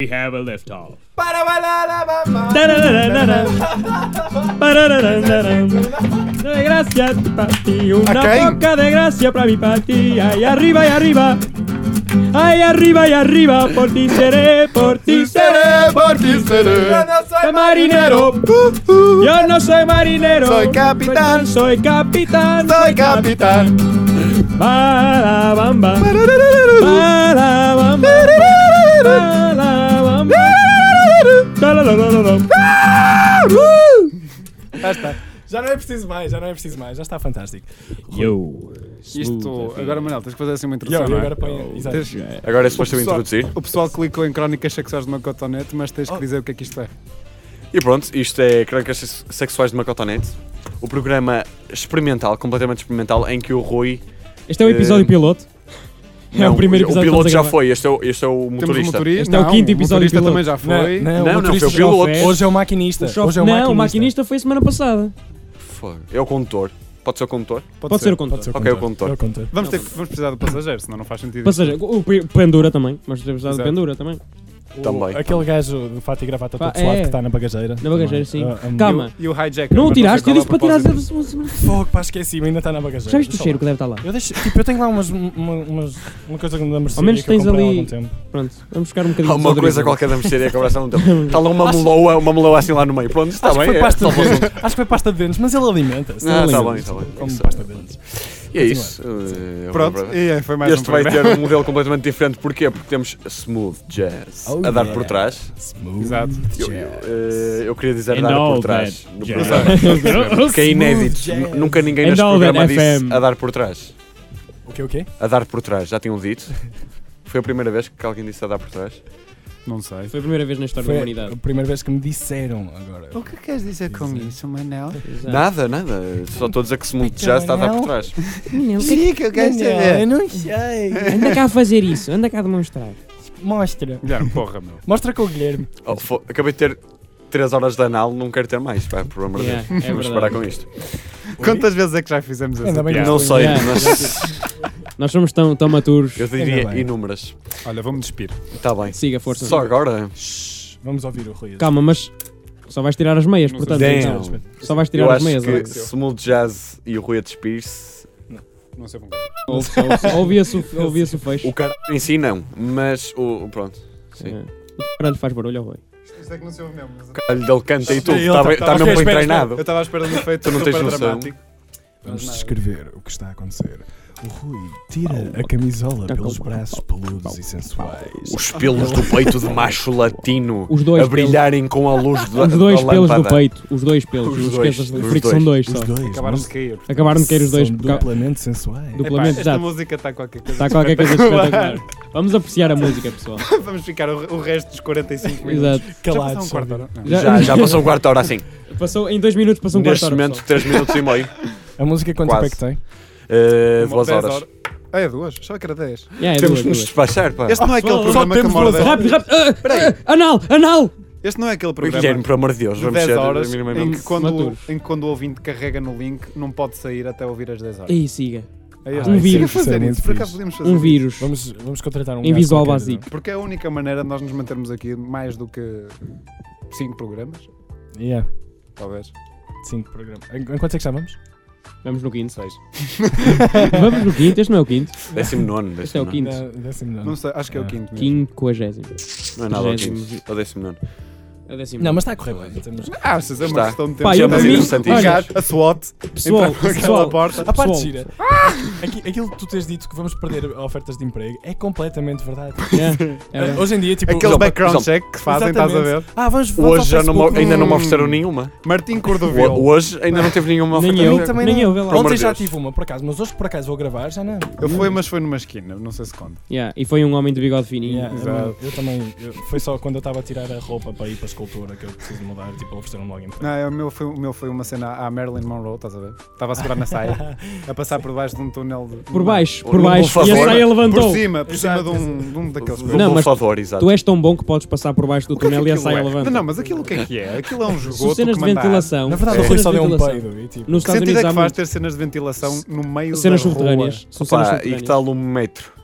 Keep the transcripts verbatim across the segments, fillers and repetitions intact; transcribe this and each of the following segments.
We have a lift-off. De gracia para ti, una poca de gracia para mi patria. Y arriba y arriba, ay arriba y arriba, por ti seré, por ti seré, por ti seré. Yo no soy marinero, yo no soy marinero, soy capitán, soy capitán, soy capitán. Para bamba, para bamba, para bamba. Já está. Já não é preciso mais, já não é preciso mais, já está fantástico. Yo. Isto, agora Manel, tens que fazer assim uma introdução, Yo, não é? agora põe, exato. Tens- Agora é o, suposto eu pessoal, introduzir. o pessoal clicou em Crónicas Sexuais de uma Cotonete, mas tens que dizer o que é que isto é. E pronto, isto é Crónicas Sexuais de uma Cotonete. O programa experimental, completamente experimental, em que o Rui... Este é o episódio Eh, piloto. É Não, o primeiro episódio O que piloto estamos a já gravar. foi, este é o, este é o Temos o motorista. motorista. Este é o não, quinto episódio motorista piloto. também já foi. Não, Não, o não, motorista foi o já piloto. fez. Hoje é o maquinista. O chof- Hoje é o não, maquinista. o maquinista foi semana passada. Foi. É o condutor. Pode ser o condutor? Pode ser o condutor. Pode ser Ok, o condutor. É o condutor. Vamos, ter, que- vamos precisar do passageiro, senão não faz sentido. Passageiro, o P- Pendura também. Mas temos usado Exato. Pendura também. Também. O, aquele gajo de fato e gravata Pá, todo suave é. que está na bagageira. Na bagageira, sim. Ah, ah, Calma. E o hijacker. Não o mas tiraste? sei Eu disse qual para é o tirar. propósito. Fogo, pá, esqueci-me, ainda está na bagageira. Já viste o Deixa cheiro que lá. deve estar lá? Eu, deixo, tipo, eu tenho lá umas, uma, umas, uma coisa da Mercedes Ao menos que eu tens comprei há ali- algum tempo. Pronto, vamos buscar um bocadinho Há de uma coisa desodorizante. qualquer da Mercedes que abraça não tempo. Está lá uma meloa, uma meloa assim lá no meio. Pronto, está Acho bem. que foi é, pasta só de para o dentes. assunto. Acho que foi pasta de dentes, mas ele alimenta-se. Ah, ele tá alimenta-se bem, tá bem. Como Isso. pasta de dentes. E é isso. Eh, Pronto, e foi mais Este um vai ter programa. um modelo completamente diferente. Porquê? Porque temos smooth jazz Oh, a dar yeah. por trás. Smooth Exato. Eu, eh, eu queria dizer And dar all por trás. that No jazz. programa. Porque é inédito. Smooth jazz. Nunca ninguém And neste all that programa disse F M. a dar por trás. O quê, o quê? A dar por trás. Já tinham dito? Foi a primeira vez que alguém disse a dar por trás? Não sei. Foi a primeira vez na história da Foi humanidade. a primeira vez que me disseram agora. O que queres dizer com isso, Manel? Exato. Nada, nada. Só estou a dizer que smooth jazz está a dar por trás. Menino, o que Sim, que eu quero Não, eu saber. não sei. Anda cá a fazer isso, anda cá a demonstrar. Mostra. Já, porra, meu. Mostra com o Guilherme. Oh, fo- acabei de ter três horas de anal, não quero ter mais. Pá, por amor de Yeah, Deus. é Vamos verdade. parar com isto. Quantas vezes é que já fizemos essa Ainda bem que piada? Não sei, Yeah. mas Nós somos tão, tão maturos. eu diria Ainda bem. inúmeras. Olha, vou-me despir. Está bem. Siga, força. Só agora? Shhh, vamos ouvir o Rui. Calma, mas só vais tirar as meias, Não portanto. sei. Damn. então. Só vais tirar Eu as acho meias. que Alex. smooth jazz e o Rui a despir-se. Não sei bom. Ouve- ouve- Ouvia-se o- ouvia-se o fecho. O cara em si não, mas o. o- Pronto. Sim. É. O caralho faz barulho ao Rui. Isto é que não se ouve mesmo. Mas... O caralho dele canta e tudo. Ele Está tá- bem- tá- está mesmo ok, bem espera, treinado. Eu estava à espera de um efeito Tu não tens super noção. dramático. Vamos Mas descrever o que está a acontecer. O Rui tira a camisola pelos braços peludos e sensuais. Os pelos do peito de macho latino Os dois a brilharem com a luz da, Os dois da pelos do lâmpada. peito. Os dois pelos. Os Não dois, esqueças de os referir que dois. são dois Os só. dois acabaram mas de cair. Acabaram de cair os dois. são por causa- duplamente sensuais. Duplamente, Epá, esta exato. música está qualquer coisa. Está qualquer coisa de espetacular. Vamos apreciar a música, pessoal. Vamos ficar o, o resto dos quarenta e cinco minutos. Exato. Já Calados. passou um quarto de hora? Não. Já- Já, já passou um quarto de hora assim. Passou, em dois minutos passou um quarto Neste de hora, momento, três minutos e meio. A música quanto Quase. tempo é que tem? Uh, Uma- duas dez horas. Ah, é duas? Só que era dez. pessoal. Yeah, é Temos duas, que nos duas. despachar, pá. Este não é aquele só programa que temos demora duas dez... Rápido, rápido. Ah, Peraí. ah, anal, anal. Este não é aquele O programa Guilherme, por amor de Deus, de vamos dez ser horas em minimamente. que, quando, Maturos. em que quando o ouvinte carrega no link não pode sair até ouvir as dez horas. Ei, siga. É este. Um Siga vírus. a fazer Isso é muito isso. Por acaso fixe. podemos fazer Um isso. vírus. Vamos, vamos contratar um Em gajo visual qualquer, básico. Porque é a única maneira de nós nos mantermos aqui mais do que cinco programas, não? Yeah. talvez. Cinco programas. Em, em quantos é que já vamos? Vamos no quinto. Seis. Vamos no quinto. Este não é o quinto. Décimo nono. Este é o décimo nono. quinto. Dá- décimo nono. Não sei, acho que é o Ah. quinto mesmo. Quinquagésimo. Não é nada o Trigésimo. quinto. É o décimo nono. É o décimo. Não, mas está a correr bem. Temos... Ah, achas? É uma Está. questão de tempo. Pá, eu para Chama-se mim- interessantíssimo. olha, Chegar, a SWAT, Pessoal, entrar naquela pessoal, porta. A parte Pessoal. gira. Aqui, aquilo que tu tens dito que vamos perder ofertas de emprego é completamente verdade. Yeah, é verdade. Hoje em dia, tipo... Aquele Exemplo, background exemplo. check que fazem, estás a ver? Ah, vamos, vamos Hoje ao já não, Facebook. me- ainda não me Hum. ofereceram nenhuma. Martim Ho- Cordovil. Hoje ainda não teve nenhuma Nem oferta. eu. Eu também Nem não. eu, vê lá. Pelo amor Ontem de já Deus. tive uma, por acaso, mas hoje por acaso vou gravar, já não. Eu fui, mas foi numa esquina, não sei se conta. Yeah, e foi um homem de bigode fininho. Yeah, Exato. eu, eu também, eu- foi só quando eu estava a tirar a roupa para ir para a escultura que eu preciso mudar, tipo, ofereceram-me logo emprego. Não, é, o meu foi, o meu foi uma cena à Marilyn Monroe, estás a ver? Estava a segurar na saia, a passar por baixo de um túnel de... Por baixo, por Num baixo. bufador. E a saia levantou. Por cima, por cima Exato, de um, de um daqueles... Um Não, mas bufador, exato. Tu és tão bom que podes passar por baixo do O que é que túnel e a aquilo saia é? levanta. Não, não, mas aquilo o que é que é? Aquilo é um São jogoto cenas que de manda ar. ventilação. Na verdade, É. o Rui Cenas só de deu um ventilação. peido. E, tipo, Nos Que Estados sentido Unidos é há que faz muito. ter cenas de ventilação no meio Cenas da rua? subterrâneas. São cenas Opa, e que subterrâneas. tal um metro?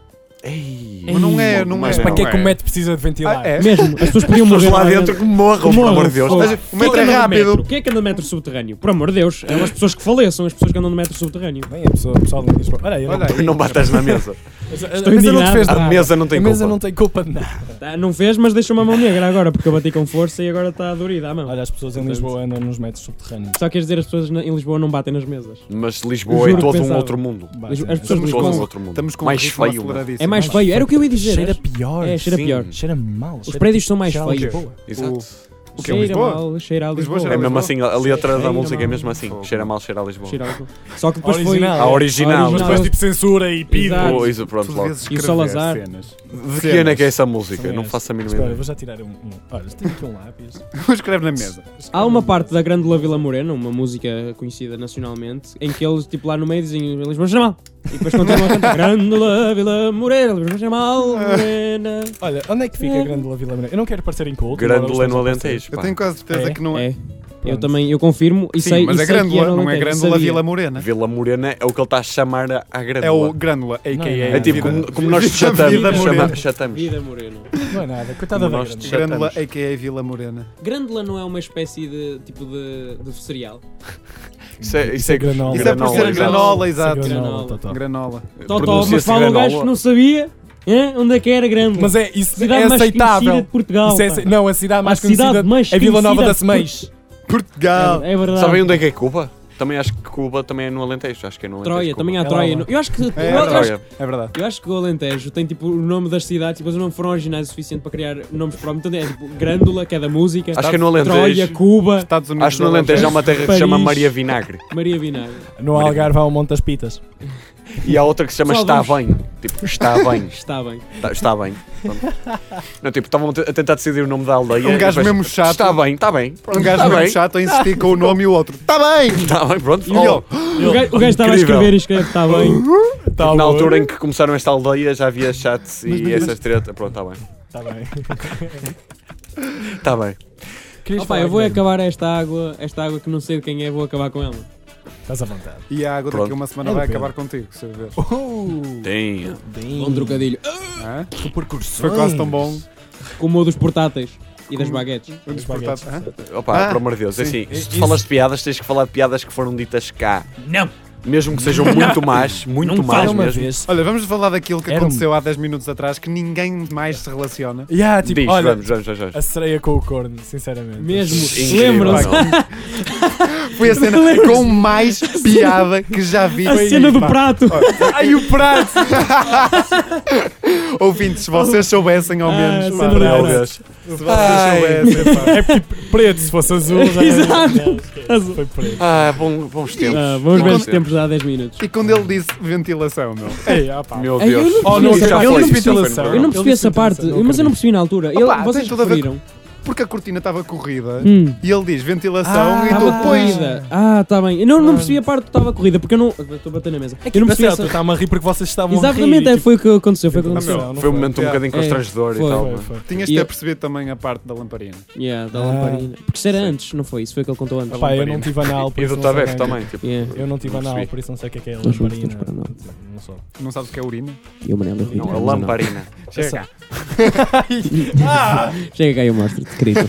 Ei, Mas não é, não mas é. Para que é não que o metro precisa de ventilar? Ah, é? Mesmo, as pessoas podiam As pessoas morrer lá dentro que morram, pelo amor de Deus. Mas o metro é rápido. Quem é que anda no metro subterrâneo? Por amor de Deus, é as pessoas que faleçam, as pessoas que andam no metro subterrâneo. Bem, a pessoa, o pessoal não diz. Olha aí, Olha aí. Não batas na mesa. A Estou mesa não te indignado. fez A nada. mesa não tem A mesa culpa. não tem culpa de nada. Tá, não fez, mas deixou uma mão negra agora, porque eu bati com força e agora está dorida a mão. Olha, as pessoas em Lisboa andam nos metros subterrâneos. Só queres dizer, as pessoas na- em Lisboa não batem nas mesas. Mas Lisboa é Juro que todo um pensava. outro mundo. Bate. As pessoas Estamos de Todo Lisboa- um outro mundo. Estamos com Mais um ritmo feio. aceleradíssimo. É mais feio, era o que eu ia dizer. Cheira acho. pior. É, cheira Sim. pior. Cheira mal. Os prédios são mais cheira a feios. Lisboa. Exato. O que é Cheira Lisboa? mal, cheira a Lisboa Lisboa. cheira É mesmo assim, a letra da Cheira música é mal. mesmo assim. Cheira mal, cheira a Lisboa. Cheira a Lisboa. Só que depois Original. foi... A original. Original. Depois tipo censura e pide. Exato. Oh, isso, pronto, Tu logo. devias E o escrever Salazar? cenas. De que ano é que é essa música? Também Não acho. faço a mínima Espera, ideia. vou já tirar um. um. Olha, tenho aqui um lápis. Escreve na mesa. Há uma parte da Grândola Vila Morena, uma música conhecida nacionalmente, em que eles, tipo, lá no meio dizem Lisboa chama mal. E depois continuam a cantar Grândola Vila Morena, Lisboa chama mal, Morena. Olha, onde é que fica a Grândola Vila Morena? Eu não quero parecer inculto. Grândola é no embora os teus Alentejo. Eu pá. tenho quase certeza É? que não é. É. Eu Pronto. também, eu confirmo e Sim, sei, mas e é sei que Grândola, no não é Alentejo, Grândola sabia. Vila Morena. Vila Morena é o que ele está a chamar a É Grândola. o Grândola, a Não, k a. não. É tipo, Vida- como, como nós te Vida chatamos. Morena. chama- Chatamos. Vida Morena. Não é nada, coitada Como da nós Grândola. te- Grândola, Chatamos. a k a. Vila Morena. Grândola não é uma espécie de, tipo, de, de cereal? Isso é, isso é granola. Isso é por ser Granola. granola, Isso é exato. granola, Granola. totó. Granola. Totó, Pronuncia-se mas fala um gajo granola. que não sabia hein, onde é que era Grândola. Mas é, isso Cidade é mais conhecida aceitável. de Portugal. Isso é pá. ace- não, a cidade mais A cidade conhecida mais é Vila Nova conhecida da de Semeios. Portugal. É verdade. Sabem onde é que é Cuba? Também acho que Cuba também é no Alentejo. Acho que é no Alentejo. Troia, Cuba. também há É Troia. lá. Eu acho que, É, eu, acho, Troia. É verdade. eu acho que o Alentejo tem tipo o nome das cidades e depois não foram originais o suficiente para criar nomes próprios. Então é tipo Grândola, que é da música. Acho que é no Alentejo. Troia, Cuba, Estados Unidos. Acho que no Alentejo há uma terra que se Paris. chama Maria Vinagre. Maria Vinagre. No Algarve há um monte das pitas. E há outra que se chama Só Está alguns. Bem. Tipo, Está Bem. Está bem. Está, está bem. Pronto. Não, tipo, estavam a te- a tentar decidir o nome da aldeia. Um e gajo depois, mesmo chato. Está bem, está bem. Um gajo Está mesmo bem. chato a insistir com o nome e o outro. Tá bem! Está bem, pronto. E ele, Oh, O gajo, o gajo estava a Incrível. escrever e escreve está bem. Tá na bom. altura em que começaram esta aldeia já havia chats e Mas, mas, essas mas- tretas. Pronto, está bem. Tá bem. Está bem. Querias Opa, falar eu vou comigo? acabar esta água, esta água que não sei de quem é, vou acabar com ela. Estás à vontade. E a água daqui Pronto. a uma semana É do vai Pedro. acabar contigo, se ver. Uh, Tem. Um trocadilho. Hã? repercussões. Foi quase tão bom. Como o dos portáteis e das baguetes. Um Os desportado. baguetes. Hã? Opa, Ah, pelo amor de Deus. É sim. assim, se tu Isso- falas de piadas, tens que falar de piadas que foram ditas cá. Não! Mesmo que sejam muito más, muito Não mais Fala uma mesmo. vez. Olha, vamos falar daquilo que Era um- aconteceu há dez minutos atrás que ninguém mais se relaciona. Yeah, tipo, Diz, olha, vamos, vamos, vamos, vamos. a sereia com o corno, sinceramente. Mesmo. Incrível, Lembram-se? não? Foi a cena com mais piada que já vi. A cena do Pá, prato. Ai, o prato! Ouvintes, se vocês soubessem ao Ah, menos. a pá, cena do Meu prato. Deus. se vocês Ai. soubessem, pá. É tipo preto, se fosse azul. Já Exato. Não, esquece, foi preto. Ah, bom, bons tempos. Ah, vamos E ver quando- os tempos de há dez minutos. E quando ele disse ventilação, meu. Ei, ah, pá. Meu Ei, eu Deus. não Oh, não, percebi já essa- foi, eu não isso percebi- foi ventilação. no Eu não Ele percebi disse essa parte, ventilação, não mas eu não acredito. percebi na altura. Ele- Opa, tem vocês tudo a ver referiram? Porque a cortina estava corrida Hum. e ele diz ventilação Ah, e tu Estava depois. corrida. Ah, está bem. Eu não, não Ah. percebi a parte que estava corrida, porque eu não. Estou a bater na mesa. Eu não Tá percebi certo, essa. está-me a rir porque vocês estavam a rir. Exatamente, é, tipo, foi o que aconteceu. Foi o que aconteceu. não, não Foi um momento um Yeah. bocadinho constrangedor Foi, e tal. Foi, mas- foi. Tinhas E de ter eu- percebido também a parte da lamparina. Yeah, da Ah. lamparina. Porque isso era antes, não foi? Isso foi o que ele contou antes. Pá, eu não tive anal, por E isso do não sei Tabef bem. também. Tipo, Yeah. Eu não tive Não anal, percebi. por isso não sei o que é que é Nós somos lamparina. todos para anal. Não sou. Não sabes o que é urina? E o Manel é não, a lamparina. Chega cá. Ah! Chega cá e eu mostro-te, querido.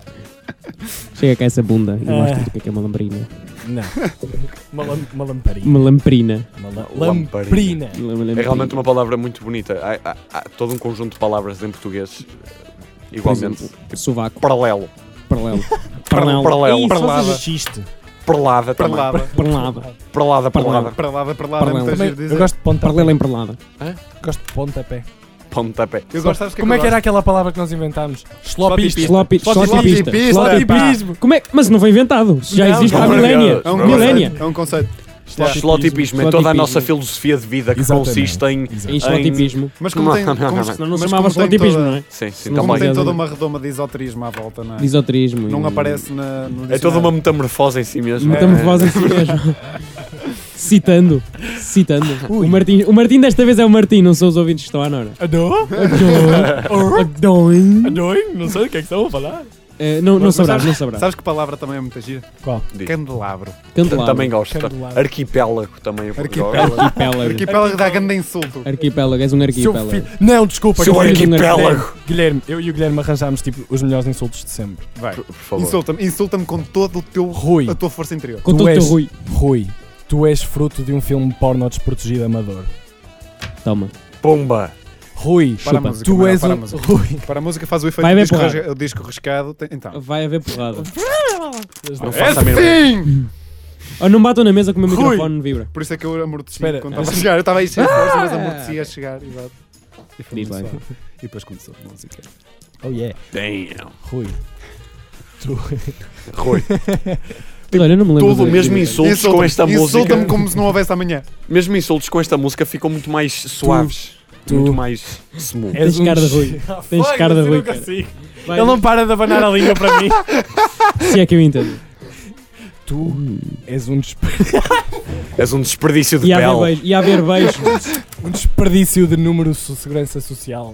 Chega cá essa bunda e Ah. mostra-te o que é que é uma lamparina. Não. Uma, lam uma lamparina. Uma lamparina. Uma la Lamparina. lamparina. É realmente uma palavra muito bonita. Há, há- há todo um conjunto de palavras em português eh, igualmente Tipo, sovaco. paralelo. Paralelo. Paralelo. Isso, Parlava. vocês- Xiste. Perlada também. Perlada. Paralada. Perlada, perlada. Paralelo. Perlada, perlada, Paralelo. muita Também, gente diz. eu gosto de pontapé. Paralela em paralada. Gosto de pontapé. Pontapé. Eu gosto, sabes o que Como é eu que era gosto? aquela palavra que nós inventámos? Slopista. Sloppy, sloppy Slopipista. pista. Slotipismo. Como é? Mas não foi inventado. Isso já Não, existe há não, milénia. É um Milénia. conceito. É um conceito. Slotipismo é toda a Slotipismo. nossa filosofia de vida que Exatamente. consiste em. Exato. Em slotipismo. Mas como tem, Não, não, como, não, Senão não se mas chamava como tem slotipismo, toda- não é? Sim, sim, Não como também. tem toda Exatamente. uma redoma de esoterismo à volta, não é? De esoterismo. Não e- aparece na, no É toda uma dicionário. metamorfose em si mesmo. Metamorfose em si mesmo. Citando. Citando. O Martim, o Martim desta vez é o Martim, não são os ouvintes que estão à Nora. Adô? Adoi. Adô? Não sei o que é que estão a falar. Uh, não, não Mas sabrás, sabes- não sabrás. Sabes que palavra também é muito gira? Qual? Diz. Candelabro. Candelabro. Também gosto. Candelabro. Arquipélago também. eu Arquipélago. gosto. Arquipélago. Arquipélago dá grande insulto. Arquipélago, és um Seu arquipélago. filho. Não, desculpa. Seu Guilherme. arquipélago. Guilherme, eu e o Guilherme arranjámos tipo os melhores insultos de sempre. Vai. Por, por favor. Insulta-me, insulta-me com todo o teu, Rui. a tua força interior. Com Tu todo o teu és- Rui. Rui, tu és fruto de um filme porno desprotegido amador. Toma. Pumba. Rui, Para a chupa, música, tu Manuel, és para a um... música. Rui. Para a música faz o efeito Vai do haver disco, porrada. rasga- o disco riscado. tem- Então. Vai haver porrada. Não É faço a mínima. sim! Oh, não batam na mesa que o meu Rui. microfone vibra. Por isso é que eu amorteci Espera, quando estava a deixa- chegar. Eu estava aí cheio de força, mas amorteci a chegar. Exato. E foi Diz muito lá. suave. E depois começou a música. Oh yeah. Damn. Rui. Tu... Rui. Mas olha, eu não me lembro. Tudo, de- mesmo de- insultos com Insulta-me, esta música. Insulta-me como se não houvesse amanhã. Mesmo insultos com esta música ficam muito mais suaves. tu- Muito mais smooth. És Tens cara de Rui. Ah, Tens foda-se, cara de eu Rui, não cara. consigo. Vai, Ele não para de abanar a língua para mim. Se é que eu entendo. Tu és um, despe... És um desperdício de E a haver pele. beijo. E a haver beijo. um desperdício de número de segurança social.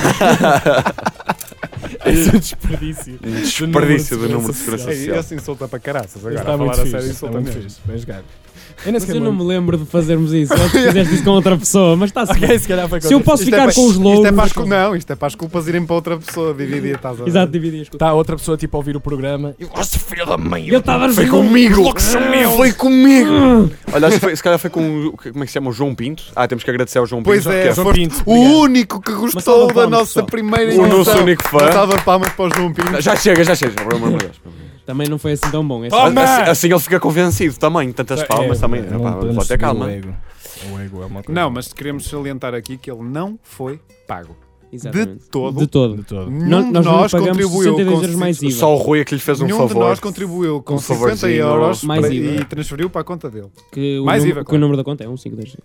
és um desperdício. Um desperdício do número de Segurança segurança Ei, social. Esse insulta para caraças. Agora, Está a muito falar a fixe, sério, está insulta muito mesmo. fixe. Bem jogado. Eu nem Mas sequer eu não me me lembro de fazermos isso. Ou se fizeste isso com outra pessoa. Mas está-se bem. Ok, se calhar foi Se eu posso Isto é ficar para- com os Isto louros. é para as, cul- não, isto é para as culpas irem para outra pessoa. Dividir, estás a ver? Exato, dividi as coisas. Está outra pessoa tipo a ouvir o programa. Eu gosto filho da mãe. Ele está a dar Foi comigo! Foi comigo! Olha, acho que foi, se calhar foi com o. Como é que se chama? O João Pinto? Ah, temos que agradecer ao João Pinto. Pois é, que João foste Pinto, o obrigado. único que Uma gostou salva de da palmas, nossa pessoal. primeira O nosso emissão. único fã. Uma salva de palmas para o João Pinto. Já chega, já chega. Pelo amor de Deus. Também não foi assim tão bom. É só- Toma! Assim, assim ele fica convencido também. Tantas palmas É, também. não Pá, podemos Pode ter subir calma. O ego. O ego é uma coisa. Não, mas queremos salientar aqui que ele não foi pago. Exatamente. De todo. De todo. De todo. Nenhum Nós, de nós, nós pagamos contribuiu sessenta e dois com euros mais I V A. Só o Rui é que lhe fez um Nenhum favor. de nós contribuiu com Um cinquenta favorzinho. euros Mais para- I V A. e transferiu para a conta dele. Que o, Mais número, I V A, que claro. o número da conta é um cinco dois.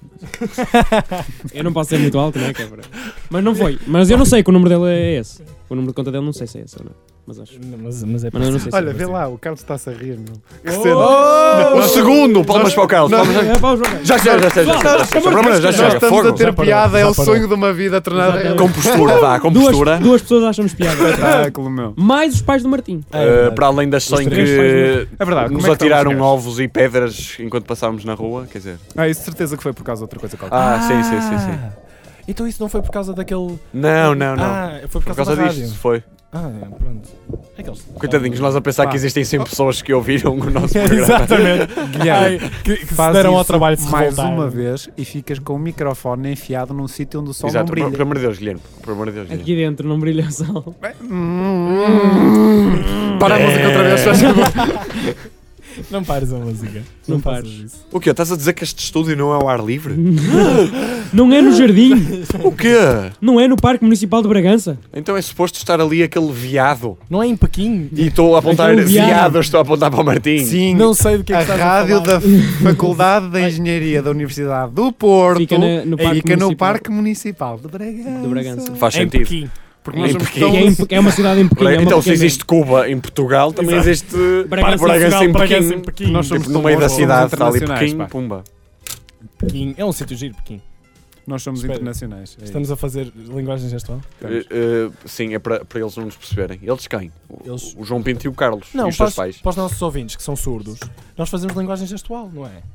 Eu não posso ser muito alto, não é, Quebra? Mas não foi. Mas eu não sei que o número dele é esse. O número de conta dele não sei se é esse ou não. Mas acho. Não, Mas, mas é Mas eu não sei se Olha, é. vê lá, o Carlos está-se a rir, meu. Que Oh! cena. O segundo! Palmas para o Carlos. Nós- palmas- É, pá, o João. Já chega, já chega. Já chega. Pelo amor de Deus, já Nós chega. estamos Fogo. a ter Já parou, piada, é já o parou. sonho de uma vida tornada Exatamente. Com postura, vá, com Duas, postura. duas pessoas acham-nos piada. espetáculo, meu. Mais os pais do Martim. É Uh, verdade. para além das cem Os três que É verdade, nos como é que atiraram estão os ovos e pedras enquanto passávamos na rua, quer dizer. Ah, isso de certeza que foi por causa de outra coisa qualquer. Ah, sim, sim, sim, sim. Então isso não foi por causa daquele... Não, não, não. Ah, foi por Por causa, causa da disto, rádio. foi. Ah, é, pronto. É que eles... Coitadinhos, nós a pensar Pá. que existem cem pessoas que ouviram o nosso programa. Exatamente. Guilherme, Ai, que, que se Faz deram ao isso trabalho de se mais revoltar. uma vez e ficas com o microfone enfiado num sítio onde o sol Exato, não por, brilha. por amor de Deus, Guilherme. Por amor de Deus, Guilherme. Aqui dentro não brilha o sol. Para a música outra vez, faz favor. Não pares a música. Não faças pares. isso. O quê? Estás a dizer que este estúdio não é ao ar livre? Não é no jardim. O quê? Não é no Parque Municipal de Bragança. Então é suposto estar ali aquele viado. Não é em Pequim? E estou a apontar Aquele viado. viado, estou a apontar para o Martim. Sim, Não sei do que é que a estás rádio a falar. da Faculdade de Engenharia da Universidade do Porto Fica na- no Parque fica no Municipal Parque Municipal de Bragança. de Bragança. Faz Em sentido. Pequim. Porque Em nós somos Pequim. tão... Que é, em Pe- é uma cidade em Pequim. é uma Então, se pequena- existe Cuba em Portugal, também Exato. existe Bragança Bragança em Bragança em Pequim. Pequim. Nós somos Tipo, tão no meio da bons, somos cidade, está ali internacionais, Pequim, pá. pumba. Pequim. É um sítio giro, Pequim. Nós somos Espera. internacionais. É Estamos a fazer linguagem gestual? Estamos. Eh, eh, sim, é para, para eles não nos perceberem. Eles quem? O, Eles- o João Pinto e o Carlos. Não, e os para seus os, pais. para os nossos ouvintes que são surdos, nós fazemos linguagem gestual, não é?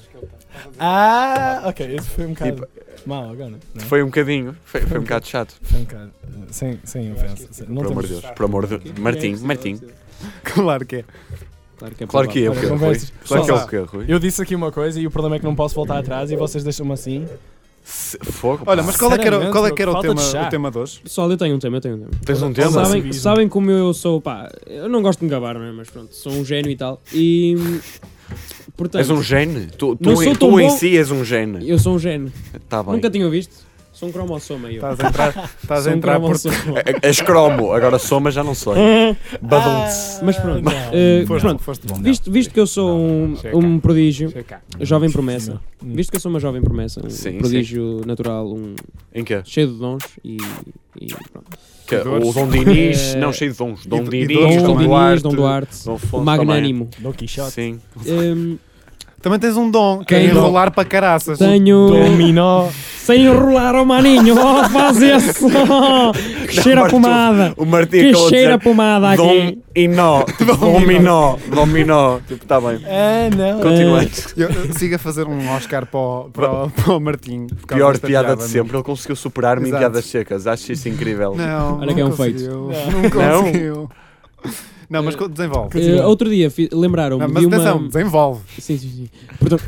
Ah, ok, esse foi um bocado mau agora. Não é? Foi um bocadinho, foi, foi um bocado chato. Foi um bocado. uh, Sem, sem ofensa. sem- Não Por amor temos- de Deus, por amor de Deus. Martim, Martim. Claro que é. Claro que é Claro que é o Olha, que Rui. conversas. Claro que é Só- o que Rui. Eu disse aqui uma coisa e o problema é que não posso voltar atrás e vocês deixam-me assim. Se- Fogo. Olha, mas qual é que era, qual é que era o, Falta tema, de chá. o tema de hoje? Pessoal, eu tenho um tema, eu tenho um tema. Tens um tema? Sabem, civismo. sabem como eu sou, pá, eu não gosto de me gabar, não é? Mas pronto, sou um gênio e tal. E. Portanto, És um gene? Tu, tu, Não sou em, tão tu em bom. si és um gene. eu sou um gênio. Tá bem. Nunca tinham visto? Sou um cromossoma eu. Estás a entrar, estás a Sou um entrar por... cromossoma. É- És cromo, agora soma já não sei. Badum-se. Mas pronto, Não. eh, Foste, pronto. foste bom. Visto, visto que eu sou um, Chega. um prodígio, Chega cá. jovem promessa. Hum. Visto que eu sou uma jovem promessa, um Sim, prodígio natural, um Em quê? cheio de dons e, e pronto. Que é Dores. o Dom Dinis, Eh, não cheio de dons. e Dom do- e Dinis, dons, Dom Dom Dinis, Duarte. Dom Duarte, Dom Afonso magnânimo. Don também. Quixote. Sim. Hum, Também tens um dom, que é Tenho- enrolar para caraças. tenho. Dominó. sem enrolar o maninho. Oh, faz isso. Que cheira a pomada. O Martim Que acabou de cheira a dizer pomada Dom aqui. e nó. Tipo, dominó. Dominó. Tipo, está bem. Ah, não. Continuando. Eu, eu sigo a fazer um Oscar para o, para o, para o Martim. por causa Pior desta piada de piada, sempre. Ele conseguiu superar-me em Exato. piadas secas. Acho isso incrível. Não, Olha não que é um conseguiu. feito. Não Não? conseguiu. Não, mas co- desenvolve. Eh, outro dia fi- lembraram-me Não, de mas uma... atenção, desenvolve. Sim, sim, sim. Portanto...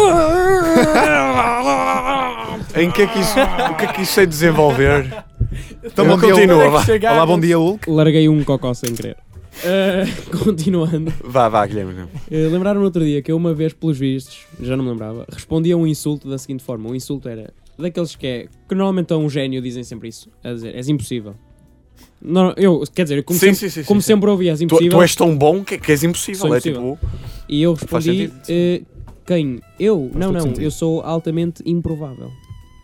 Em que é que isso, o que é que isso sei desenvolver? Então, Eu bom dia, continuo, Hulk. vá. Olá, bom dia, Hulk. Larguei um cocó sem querer. Eh, continuando. Vá, vá, Guilherme. Eh, lembraram-me outro dia que eu uma vez, pelos vistos, já não me lembrava, respondi a um insulto da seguinte forma. O insulto era daqueles que é... Que normalmente a um gênio dizem sempre isso. A dizer, és impossível. Não, eu, quer dizer, eu como, Sim, sempre, sim, sim, como sim. sempre ouvi, és Tu, impossível. tu és tão bom que, que és impossível. Sou É impossível. tipo. E eu Faz respondi... sentido. eh, quem? Eu? Não, todo não. sentido. Eu sou altamente improvável.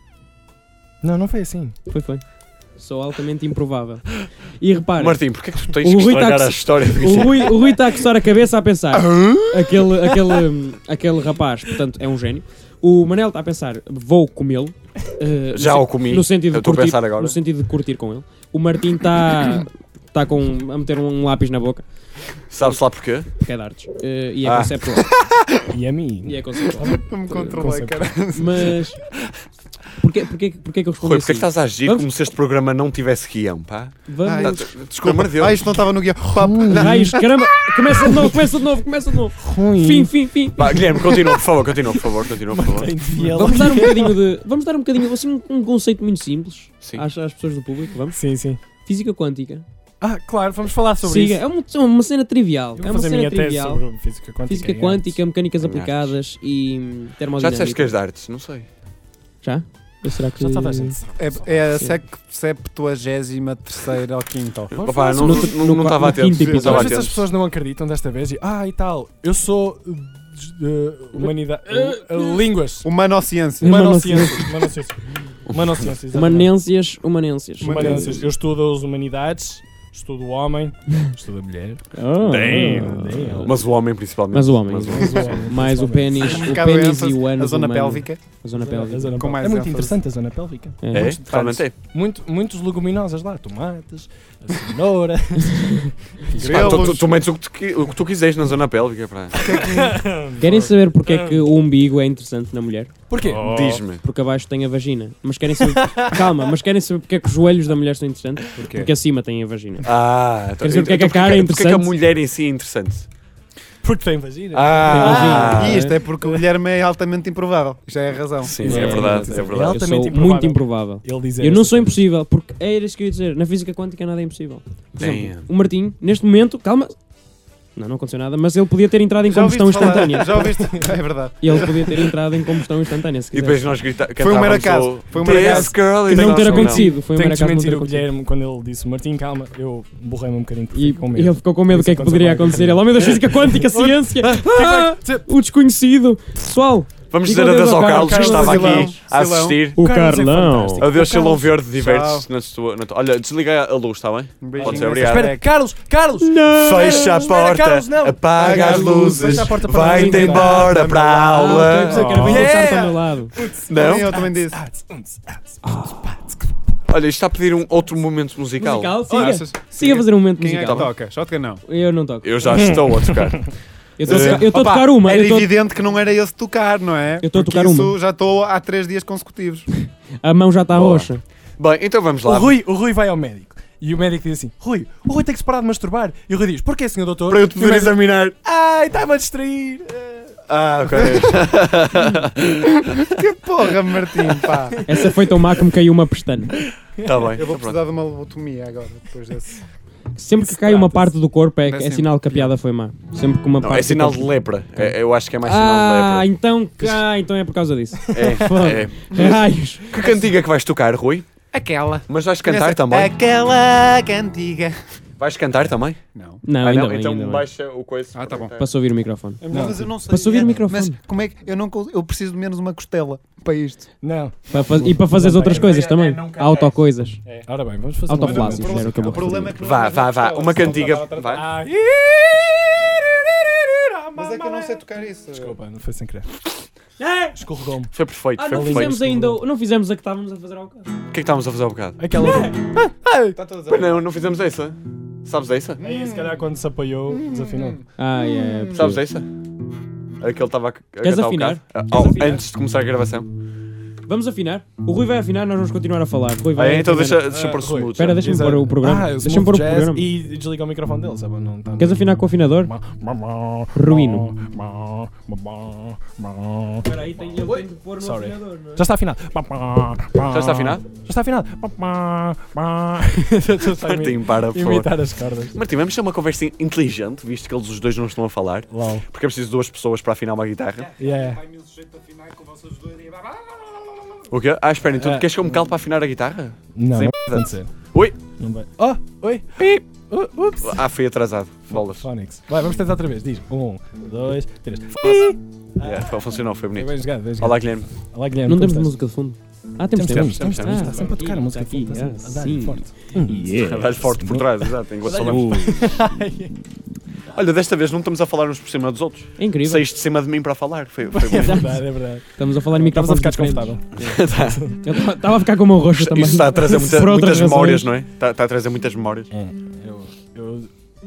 Não, não foi assim. Foi, foi. Sou altamente improvável. E repara, Martim, porquê é que tu tens O que Rui tá estragar a a coce- história do o Guilherme? Rui, o Rui está a coçar a cabeça a pensar. aquele, aquele, hum, aquele rapaz, portanto, é um gênio. O Manel está a pensar, vou comê-lo. eh, no Já sen- o comi. No sentido, Eu de estou a curtir, pensar agora. no sentido de curtir com ele. O Martim está tá com, a meter um lápis na boca, Sabes lá porquê? porque é de artes. eh, e é Ah. conceptual. E a mim. E é conceptual. Não me controlei, Conceito. cara. Mas. Porquê, porquê, porquê que eu respondi Rui, porquê é que assim? estás a agir Vamos- como se este programa não tivesse guião, pá? Vamos. Ai, Tá- des- Pelo amor de Deus. Ah, isto não estava no guião. Pá, Raios, caramba! Começa de novo, começa de novo, começa de novo. Ruim. Fim, fim, fim. Vá, Guilherme, continua, por favor, continua, por favor, continua, por favor. Tem fiel. Vamos dar um bocadinho de. Vamos dar um bocadinho, assim, um, um conceito muito simples Sim. às, às pessoas do público, vamos? Sim, sim. Física quântica. Ah, claro, vamos falar sobre Siga, isso. é uma, é uma cena trivial. Eu É vou uma fazer a cena minha tese trivial. sobre física quântica. Física em quântica, mecânicas Em aplicadas e hum, Já termodinâmica. disseste que és de artes? Não sei. Já? Eu será que. artes. Já está a gente. É, é a Sim. sec- septuagésima terceira ou quinta. Vamos Opa, falar não sobre- no- não no- estava no atento. quinto Não episódio. estava Às vezes as atento. pessoas não acreditam desta vez e, ah, e tal, eu sou uh, de humanidade, uh, línguas, Humanociência. humanociências, humanociências, humanociências, exatamente. Humanências, humanências. Humanências. Eu estudo as humanidades, estudo o homem, estudo a mulher. Oh. Damn. Mas o homem, principalmente. Mas o homem. Mas o Mas o homem, Mais o principalmente. pênis, Um o bocado pênis ênfase, e o ânus a zona humano. pélvica. A zona A pélvica. zona Com pélvica. mais É muito ênfase. interessante a zona pélvica. É. É, Muitos realmente é. detalhes. Muito, muitos leguminosas lá, tomates, a cenoura. Pá, tu, tu, tu metes o que, tu, qui- o que tu quiseres na zona pélvica, pá. Querem saber porque é que o umbigo é interessante na mulher? Porquê? Diz-me. Porque abaixo tem a vagina. Mas querem saber. Calma, mas querem saber porque é que os joelhos da mulher são interessantes? Porquê? Porque acima tem a vagina. Ah, Quer dizer, porque é que a então cara é porquê- porquê que a interessante? mulher em si é interessante? Porque tem vagina. Ah, Tem E isto é porque o Guilherme é altamente improvável. Isto é a razão. Sim, é, verdade, é É Eu verdade. altamente sou improvável. muito improvável. Ele diz Eu não estas sou coisas. impossível, porque era isso que eu ia dizer. Na física quântica nada é impossível. Por exemplo, Damn. o Martim, neste momento, calma. Não, não aconteceu nada, mas ele podia ter entrado em Já combustão ouviste falar? instantânea. Já ouviste? É verdade. Ele podia ter entrado em combustão instantânea, se E quiser. depois nós grita, Foi um mero cantávamos acaso. o Foi um mero This acaso. girl Que is não ter awesome. acontecido. Foi um Tenho mero que acaso não ter desmentir o acontecido. Guilherme quando ele disse Martim, calma, eu borrei-me um bocadinho porque E fiquei com medo. ele ficou com medo do que é que Isso poderia aconteceu acontecer. Ele, oh meu Deus, física quântica, ciência! Ah, o desconhecido! Pessoal, Vamos E dizer com adeus Deus ao ao Carlos, que Carlos, estava Silão, aqui a Silão. assistir. o Carlos é Carlão. fantástico. Adeus, O Silão Carlos- Verde, diverte-se na tua... na tua- Olha, desliga a luz, está bem? Um beijinho Pode ser, nessa obrigado. Espera, beca. Carlos, Carlos! Não! Fecha a Espera, porta, Carlos, não. apaga as luzes, Fecha a porta para vai-te nós. embora para a Ah, ok, aula. pensei que era bem Yeah. dançar para o meu lado. Não? Eu também disse. Olha, isto está a pedir um outro momento musical. Musical, siga. Olha, achas- Siga a fazer um momento Quem é que musical. toca? Shotgun não. Eu não toco. Eu já estou a tocar. Eu estou a Eh, tocar- eu estou a Opa, tocar uma. Era Eu estou- evidente que não era esse tocar, não é? Eu estou a Porque tocar isso uma. já estou há três dias consecutivos. A mão já está Boa. roxa. Bem, então vamos O lá. Rui, o Rui vai ao médico. E o médico diz assim: Rui, o Rui tem que se parar de masturbar. E o Rui diz: Porquê, senhor doutor? Para eu te E o poder médico, examinar. Ai, está-me a distrair. Ah, ok. Que porra, Martim, pá. Essa foi tão má que me caiu uma pestana. Está bem. Eu vou então pronto. precisar de uma lobotomia agora, depois desse. Sempre que cai uma parte do corpo é, Parece é sempre sinal que a piada foi má. Sempre que uma Não, parte é sinal do de corpo... lepra. É- eu acho que é mais Ah, sinal de então, ah, então é por causa disso. lepra. É, é. Raios. Que cantiga que vais tocar, Rui? Aquela. Mas vais cantar Nessa- também? Aquela cantiga. Vais cantar também? Não. Não, Ah, ainda não? bem, então ainda bem. baixa o coisa. Ah, tá bom. Para se ouvir o microfone. Não, mas eu não sei. Para se ouvir o microfone. Mas como é que eu não cons- eu preciso de menos uma costela para isto? Não. Para faz- E para fazer as outras coisas também. Autocoisas. Ora bem, vamos fazer Autoflácios, uma- era o que eu vou O problema é que não Vá, é vá, vá. costela. Uma cantiga. Vai. Ai. Mas é que eu não sei tocar isso. Desculpa, não foi sem querer. É! Escorregou-me. Foi perfeito, Ah, foi não perfeito. fizemos ainda. o- Não fizemos a que estávamos a fazer ao bocado. O que é que estávamos a fazer há bocado? Aquela. Está todos a Pois não, não fizemos essa. Sabes essa? Aí, se calhar, quando se apoiou, desafinou. Ah, é. é Sabes essa? Aquele estava a a Queres cantar o afinar? bocado. Ah, Queres oh, afinar? Antes de começar a gravação. Vamos afinar? O Rui vai afinar, nós vamos continuar a falar. Rui vai. Ah, então afinar. deixa, deixa Ah, pôr Rui, smooth. Espera, deixa-me Exato. pôr o programa. Ah, Deixa-me smooth pôr o jazz programa. E desliga o microfone dele, sabe? Não tá... Queres afinar com o afinador? Ruíno. Espera aí, tem, ele tem de pôr no Sorry. afinador, não é? Já está afinado. Já está afinado? Já está afinado. Já está a imi- Martim, para, por favor. imitar as cordas. Martim, vamos ter uma conversa inteligente, visto que eles os dois não estão a falar. Uau. Porque é preciso duas pessoas para afinar uma guitarra. Yeah. O quê? Ah, espera, então Ah. tu queres que eu me cale para afinar a guitarra? Não, Sem não vai acontecer. Oi! Não vai. Oh, oi. Pip. Uh, ups. Ah, fui atrasado. Bolas. Phonics. Vai, vamos tentar outra vez. Diz. Um, dois, três. Yeah, foi- funcionou, foi bonito. Bem jogado, bem jogado. Olá, Guilherme. Olá, Guilherme. Não como temos estás? música de fundo. Ah, temos, Temos, temos. temos, temos. Ah, Está sempre a tocar a música de aqui, fundo. ah, Está a dar sim. forte. Dá-lhe forte por trás, exato. enquanto Olha, falamos. uh, Olha, desta vez não estamos a falar uns por cima dos outros. É incrível. Saíste de cima de mim para falar. Foi, foi É bonito. verdade, é verdade. Estamos a falar em Estavas a microfones ficar diferentes. desconfortável. Eu estava a ficar com uma roxa também. Isso está a trazer muita- Por outras muitas memórias, razões. não é? Está, está a trazer muitas memórias. É, eu... eu...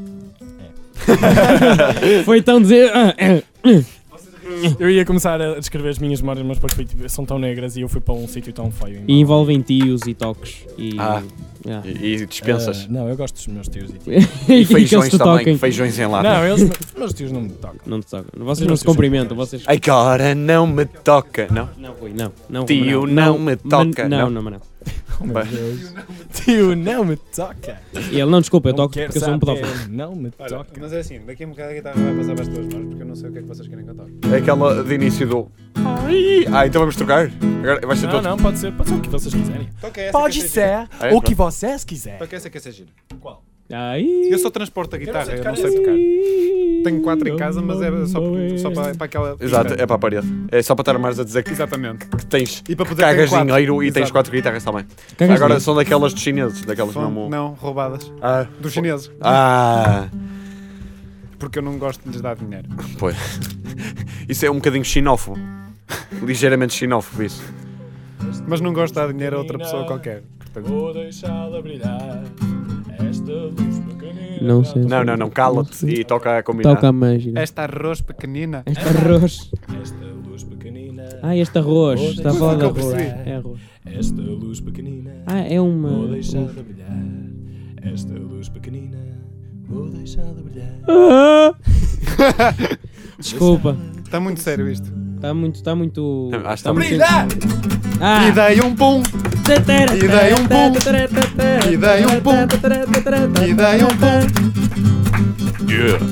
Foi tão dizer. Ah, é. Eu ia começar a descrever as minhas memórias, mas depois fui, tipo, são tão negras e eu fui para um sítio tão feio. E envolvem tios e toques. E, Ah. yeah. E, e dispensas. Ah, não, eu gosto dos meus tios e tios. e e que eles feijões te também. toquem. Feijões em lata. Não, eles, os meus tios não me tocam. Não te tocam. Vocês não se cumprimentam. Vocês. Agora não me toca. Não? Não, Rui, não. não Tio, não me toca, Não, não. não, não. Oh, meu Vai. Deus. Tio, não me toca. E ele, não, desculpa, eu Não toco quero porque eu sou um saber, pedófilo. Não me Olha, toca. mas é assim, daqui a um bocado a guitarra vai passar para as tuas mãos, porque eu não sei o que é que vocês querem cantar. É aquela de início do. Ai. Ah, então vamos trocar? Agora vai ser Não, todo. não, pode ser, pode ser o que vocês quiserem. Toca essa Pode que essa ser Ah, é? o que vocês quiserem. Toca essa que essa é gira. Qual? Ai. Eu só transporto a guitarra, sei eu tocar não sei tocar. Tenho quatro em casa, mas é só, só para, para aquela... Exato, é para a parede. É só para estar mais a dizer que, Exatamente. que tens. E para Que poder ter cagas quatro. dinheiro e tens Exato. quatro guitarras também. Cagas Agora dinheiro? são daquelas dos chineses. Daquelas São- mesmo. Não, roubadas. Ah, Dos chineses. ah, Porque eu não gosto de lhes dar dinheiro. pois. Isso é um bocadinho xenófobo. Ligeiramente xenófobo isso. Mas não gosto de dar dinheiro a outra pessoa qualquer. Portanto, Vou deixá-la brilhar. Esta luz pequenina. Não sei. Não, não, não. Cala-te e toca a combinar. Toca a mágica. esta arroz pequenina. Este arroz. Esta luz pequenina. Ah, este arroz. Vou Está a falar de deixar- arroz. percebi. É arroz. Esta luz pequenina. Ah, é uma. Vou deixá-la brilhar. Esta luz pequenina. Vou deixá-la brilhar. Ah! Desculpa. Está muito sério isto. Está muito. Está muito. Ah, está muito. Brilhar! Ah! E dei um pum. E dei um pum. E dei um pum. E dei um pum. Yeah.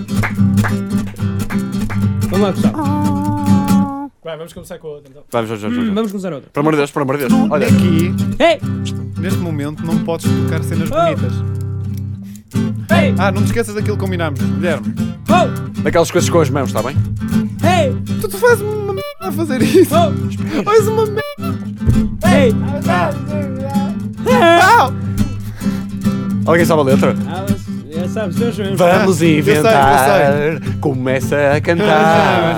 Vamos lá, Gustavo. Vai, vamos começar com a outra então. Vamos, vamos, vamos. Hum, vamos. Vamos começar outra. Por amor de Deus, por amor de Deus. Olha, Aqui, Ei! neste momento, não podes tocar cenas Oh. bonitas. Ei! Ah, não te esqueças daquilo que combinámos, Guilherme. Oh! daquelas coisas com as mãos, está bem? Ei! Tu, tu fazes uma merda a fazer isso. Oh! Faz uma merda. Ei! Ah! Alguém sabe a letra? Ah, mas- já sabes, Deus mesmo. Vamos eu sei, eu inventar. Começa a cantar.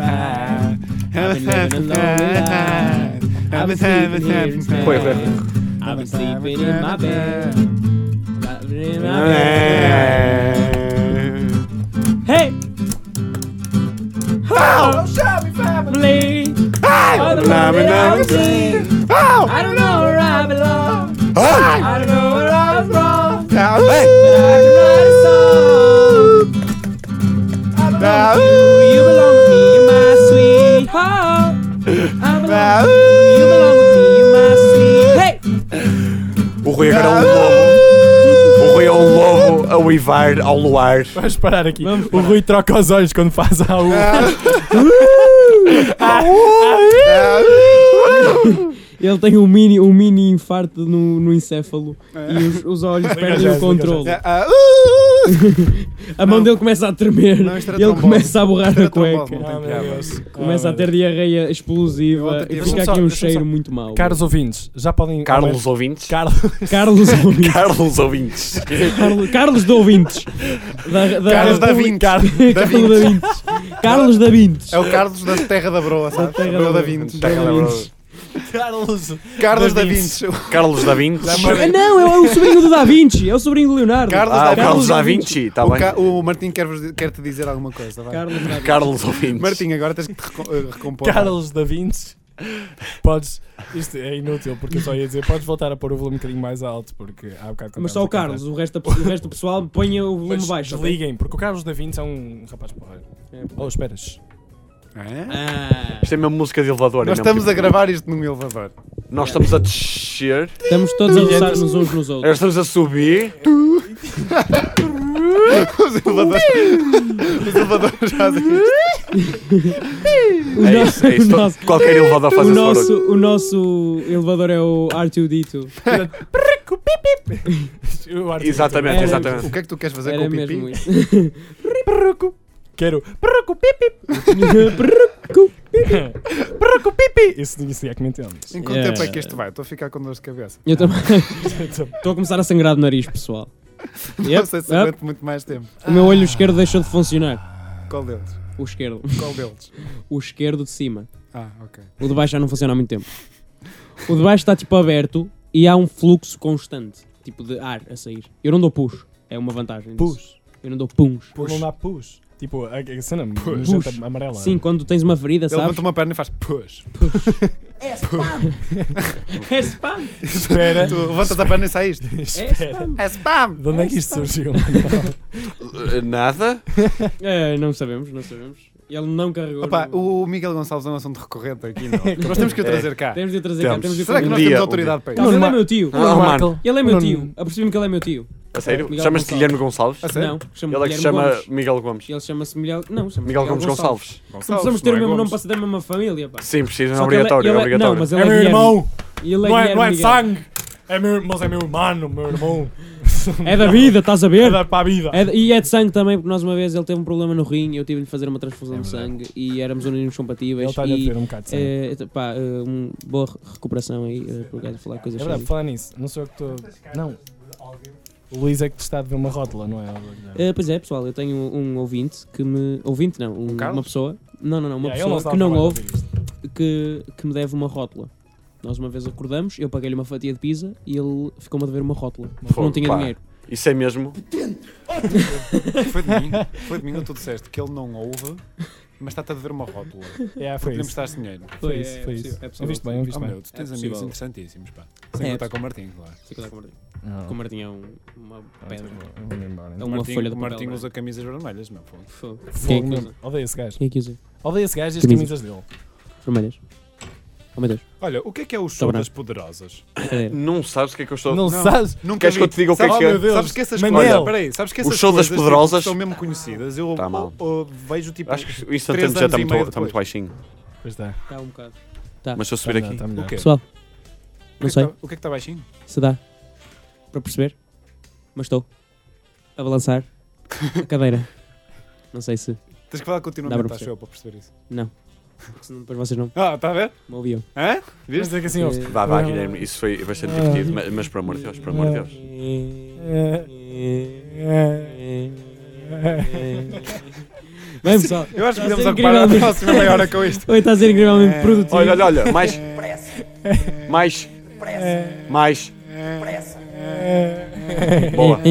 Foi, foi. I've been sleeping in my bed. Sleeping in my bed. Hey! Oh, family. Oh, the love that I was in. I don't know where I belong. I don't know where I was wrong. But I can write a song. I belong to you, you belong to me, you're my sweetheart. I belong to you, you belong to me, you're my sweet. Hey! O Rui agora é um lobo. O Rui é um lobo a uivar ao luar. Vamos parar aqui. Vamos o Rui troca os olhos quando faz a U. Ele tem um mini, um mini infarto no, no encéfalo e os, os olhos perdem já, o controle. Ah, A mão dele começa a tremer Não, isto era e ele trombose. começa a borrar Isto a era trombose, cueca. não tem Ah, meu piada. Deus. Começa Ah, a ter diarreia explosiva Ontem e tive- fica Deixa-me aqui só- um deixa-me cheiro só- muito mau. Caros ouvintes, já podem. Carlos ouvintes. Carlos. Carlos ouvintes. Carlos ouvintes. Carlos, Carlos de ouvintes. Da, da Carlos da República- Vintes. Carlos da Vintes. Carlos da Vintes. É o Carlos da Terra da Broa, sabes? Terra Broa da da Vintes. Terra da Broa. Carlos. Carlos Da da Vinci. Vinci. Carlos da Vinci. Ah, não, é o sobrinho do Da Vinci. É o sobrinho do Leonardo. Carlos Ah, da o Carlos Vinci. da Vinci, está O, bem. Ca- o Martim quer-vos- quer-te dizer alguma coisa, vai. Carlos da Vinci. Carlos da Vinci. Martim, agora tens que te reco- eh, recompor. Carlos da Vinci. Podes. Isto é inútil porque eu só ia dizer. Podes voltar a pôr o volume um bocadinho mais alto porque há bocado. quando Mas só o estavas a Carlos, o resto, o resto do pessoal ponha o volume Mas baixo. ok? desliguem, porque o Carlos da Vinci é um rapaz porreiro. É. Oh, esperas. É? Ah, Isto é mesmo música de elevador. é Nós mesmo estamos tipo- a gravar isto num elevador. Nós estamos a descer, estamos todos a roçar-nos uns nos agora outros. estamos a subir. Os elevadores. Os elevadores fazem isto. O É nosso- isso, é isso. o nosso- Qualquer elevador faz O esse nosso, barulho. o nosso elevador é o R dois D dois. O Arthur- Exatamente, Era- exatamente. O que é que tu queres fazer com Era o mesmo pipi? isso. Perruco. Quero. Perruco pipi. Perruco. Perruco pipi. Isso, isso é que me entendes. Em quanto Yeah. tempo é que isto vai? Estou a ficar com dor de cabeça. Eu também. Estou a começar a sangrar do nariz, pessoal. Não Yep, sei se yep. aguento muito mais tempo. O meu olho esquerdo deixou de funcionar. Qual deles? O esquerdo. Qual deles? O esquerdo de cima. Ah, ok. O de baixo já não funciona há muito tempo. O de baixo está tipo aberto e há um fluxo constante, tipo de ar a sair. Eu não dou push, é uma vantagem. disso. Push. Eu não dou puns. Push. Não dá push. Tipo, a, a cena Push. nojenta amarela. Sim, quando tens uma ferida, Ele sabes? levanta uma perna e faz push. É spam! Espera. Tu levantas a perna e saíste. É Espera. spam! É spam! De onde é que isto surgiu? Uh, Nada? É, não sabemos, não sabemos. Ele não carregou. Opa, no- o Miguel Gonçalves é um assunto recorrente aqui, não? Nós temos que o trazer cá. Temos de o trazer cá, Temos. temos de o Será que convidar. nós Um dia, temos um autoridade para isso? Calma, ele é Nuno meu tio. Ah, mano. Ele é meu Nuno- tio. Apercebi-me que ele é meu tio. A sério? Miguel Chamas-te Gonçalves. Guilherme Gonçalves? A sério? Não, chama Ele é que se Guilherme chama Gomes. Miguel Gomes. Ele chama-se Miguel. Não, chama Miguel Gomes Gonçalves. Não precisamos ter o não é mesmo nome Gomes. para ser da mesma família, pá. Sim, precisa, é Só que ele obrigatório, é ele obrigatório. Não, mas ele É é meu Guilherme. irmão. E ele é Não é, Guilherme não é de Miguel. sangue. É meu, mas é meu irmão, meu irmão. É da vida, estás a É ver? da para a vida. É de- e é de sangue também, porque nós uma vez ele teve um problema no rim e eu tive de fazer uma transfusão É de verdade. sangue e éramos unânimes compatíveis. Ele está-lhe a e, dizer um bocado de sangue. é, pá, é, um, boa recuperação aí, é, por gajo falar É coisas verdade, sérias. falar nisso. Não sou eu que estou. Não. O Luís é que te está a ver uma rótula, não é? É, pois é, pessoal, eu tenho um ouvinte que me. Ouvinte não, um- Carlos? uma pessoa. Não, não, não, uma Yeah, ele pessoa está que não a ouve ouvir isto. que, que me deve uma rótula. Nós uma vez acordamos, eu paguei-lhe uma fatia de pizza e ele ficou-me a dever uma rótula. Porque Fogo, não tinha pá. dinheiro. Isso é mesmo? Foi de mim. Foi de mim que tu disseste que ele não ouve, mas está-te a dever uma rótula. Yeah, foi Podemos isso. estar dinheiro. Foi É, isso, é foi possível, isso. é possível. Ouviste bem, ouviste Oh bem. meu, tu tens É amigos possível. interessantíssimos, pá. Sem É contar com o Martim, claro. Sei que eu com o Martim. Não. Com o Martim é um- uma pedra. Eu vou-me embora. É O uma Martim, folha de o papel. Martim branco. usa camisas vermelhas, meu fogo. Fogo. Fogo Quem é que mesmo. usa? Odeio esse gajo. Quem é que usa? Odeio esse gajo e as Camisas. camisas dele. Vermelhas. Oh meu Deus. Olha, o que é que é o show Tá bem. das poderosas? Brincadeira. Não sabes o que é que eu estou... Não, Não. sabes? Nunca Queres vi. que eu te diga o que é Sabes- que é? Oh, meu Deus. Sabes que essas Manel. coisas... Peraí, sabes que O essas show das coisas, poderosas- tipo, são mesmo conhecidas. Eu Tá mal. eu vejo tipo... Acho que o três instantâneo já anos está e muito, meio está muito depois. baixinho. Pois está. Está um bocado. Mas se eu subir aqui... Está melhor. O quê? Pessoal, O que não é sei que tá- O que é que está baixinho? se dá para perceber, mas estou a balançar a cadeira. Não sei se. Tens que falar Dá para continuamente, acho perceber. eu, para perceber isso. Não. Porque senão depois vocês não Ah, está a ver? me ouviam. Hã? Vamos Viste? dizer que assim, ouve. Eh, Vá, vá, Guilherme, isso foi bastante divertido, mas, mas por amor de Deus, por amor de Deus. Bem, pessoal. Eu acho que Está a podemos ser ocupar a incrivelmente- próxima meia hora com isto. Oi, está a ser incrivelmente produtivo. Olha, olha, olha, mais... Mais... Mais... Boa.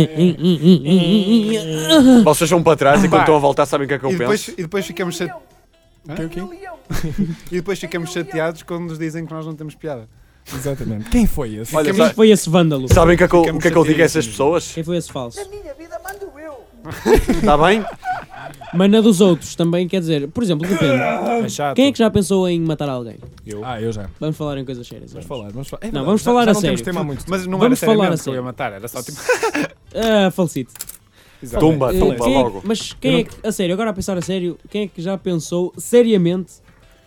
Vocês vão para trás e quando Pá. estão a voltar sabem o que é que eu E depois, penso? e depois ficamos chate... Hã? O quê? E depois ficamos chateados quando nos dizem que nós não temos piada. Exatamente. Quem foi esse? Olha, Quem sa- foi esse vândalo? sabem o que é que eu- o Ficamos que é que eu digo a essas chateadíssimos. pessoas? Quem foi esse falso? minha vida mando eu. Está bem? Mas na dos outros também, quer dizer, por exemplo, depende. É chato. Quem é que já pensou em matar alguém? Eu. Ah, eu já. Vamos falar em coisas sérias. Vamos vamos. falar, vamos falar. É Não, verdade, vamos já- falar já a não temos sério. tema há muito tempo. Mas não Vamos era falar a seriamente que eu ia sério. matar, era só tipo... Ah, falecito. Exato. Tumba, Eh, tumba quem é que- logo. mas quem é que, a sério, agora a pensar a sério, quem é que já pensou seriamente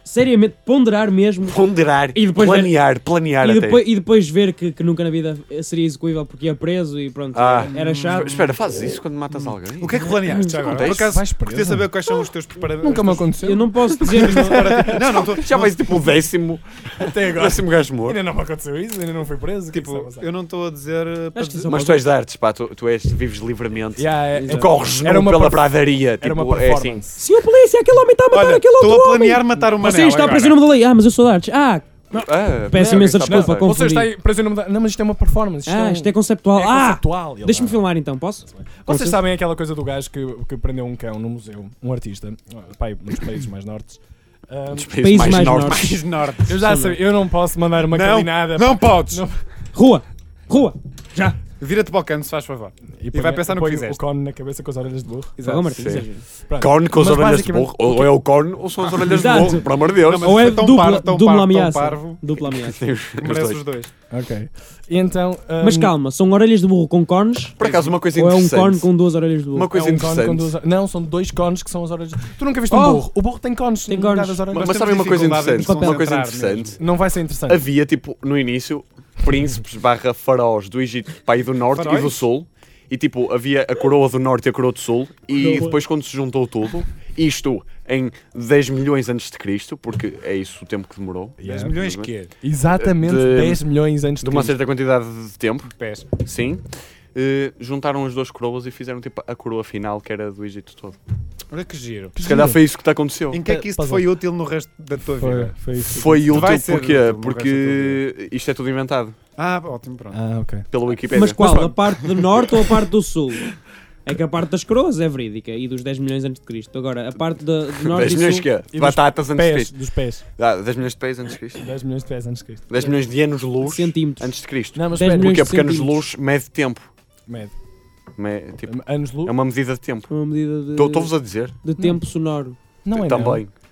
seriamente ponderar mesmo Ponderar, E depois planear, planear e até. depois, e depois ver que, que nunca na vida seria execuível porque ia preso e pronto, Ah. era chato. Espera, fazes isso quando matas alguém? O que é que planeaste agora? Por acontece? acaso, Vais queria preso? saber quais são os teus preparadores. Nunca me os teus- aconteceu. Eu não posso dizer. Não, não estou. Já vais tipo o décimo, Até agora. décimo gajo morto. Ainda não me aconteceu isso, ainda não fui preso. o que é que Tipo, está a passar? eu não estou a dizer. uh, para Acho que dizer- isso Mas tu és de artes, pá, tu, tu és, vives livremente. Yeah, é- Tu é- Corres era nu uma pela perf- pradaria, Era uma tipo, é assim. performance. Senhor polícia, aquele homem está a matar Olha, aquele outro estou a homem. planear matar o Manel. Você está agora. preso em nome da lei. Ah, mas eu sou de artes. Ah, Ah, Peço não, imensa está desculpa, bem. com- Você está aí preso em nome da... Não, mas isto é uma performance. Isto ah, é um- isto é conceptual. é ah, conceptual. Ele deixa-me dá. filmar então, posso? Vocês sabem aquela coisa do gajo que, que prendeu um cão no museu, um artista, pai, nos países mais nortes. Um, Dos Países mais norte. norte. Mais norte. eu já sei, eu não posso mandar uma Não, caminhada. não podes. Não. Rua, rua, já. Vira-te para o canto, se faz favor. E vai pensar no que põe fizeste. o cone na cabeça com as orelhas de burro. Fogão Martins, sim. exagero. Pronto. Corne com as Mas orelhas de basicamente- burro. Ou é o corne ou são as orelhas de Exato. burro, por amor de Deus. Não, mas Ou é foi tão dupla, parvo, tão dupla parvo, tão ameaça. parvo. Dupla ameaça. Tem os- os Merece dois. os dois. Ok. E então... um, Mas calma, são orelhas de burro com cornes? Por acaso, uma coisa Ou é um interessante. corne com duas orelhas de burro? Uma coisa é um cone com interessante. duas... Não, são dois cones que são as orelhas. Tu nunca viste um Oh! burro? O burro tem cones. Tem em cones. cada das orelhas. Mas, Nós mas sabem temos uma coisa dificuldade em interessante? Uma coisa concentrar interessante. Não vai ser interessante. Havia, tipo, no início, príncipes barra faraós do Egito, pá, e do Norte Faraós? e do Sul. E, tipo, havia a coroa do Norte e a coroa do Sul. E Coroa. depois, quando se juntou tudo, isto em dez milhões antes de Cristo, porque é isso o tempo que demorou, Yeah. dez milhões que é? Exatamente De- dez milhões antes de de uma Cristo. certa quantidade de tempo, Pés. sim, eh, juntaram as duas coroas e fizeram, tipo, a coroa final, que era do Egito todo. Olha que giro. Se calhar foi isso que te aconteceu. Em que é que isso te Puzzle. foi útil no resto da tua Foi, vida? foi isso. Foi útil vai ser porquê? útil no Porque isto é tudo inventado Ah, ótimo, pronto. Ah, ok. pela Wikipédia. Mas qual? Mas A parte do norte ou a parte do sul? É que a parte das coroas é verídica e dos dez milhões antes de Cristo. Agora, a parte do do norte dez e milhões sul... que é? E dos Batatas antes de Pés, Cristo. dos pés. Ah, dez milhões de pés antes de Cristo. dez milhões de pés antes de Cristo. dez milhões de anos-luz Centímetros. antes de Cristo. Não, mas dez espera. milhões Porque de é porque centímetros. anos-luz mede tempo. Médio. Me- tipo, Anos luz? é uma medida de tempo. Uma medida de, Estou-vos a dizer. de tempo sonoro. Não é Também. não.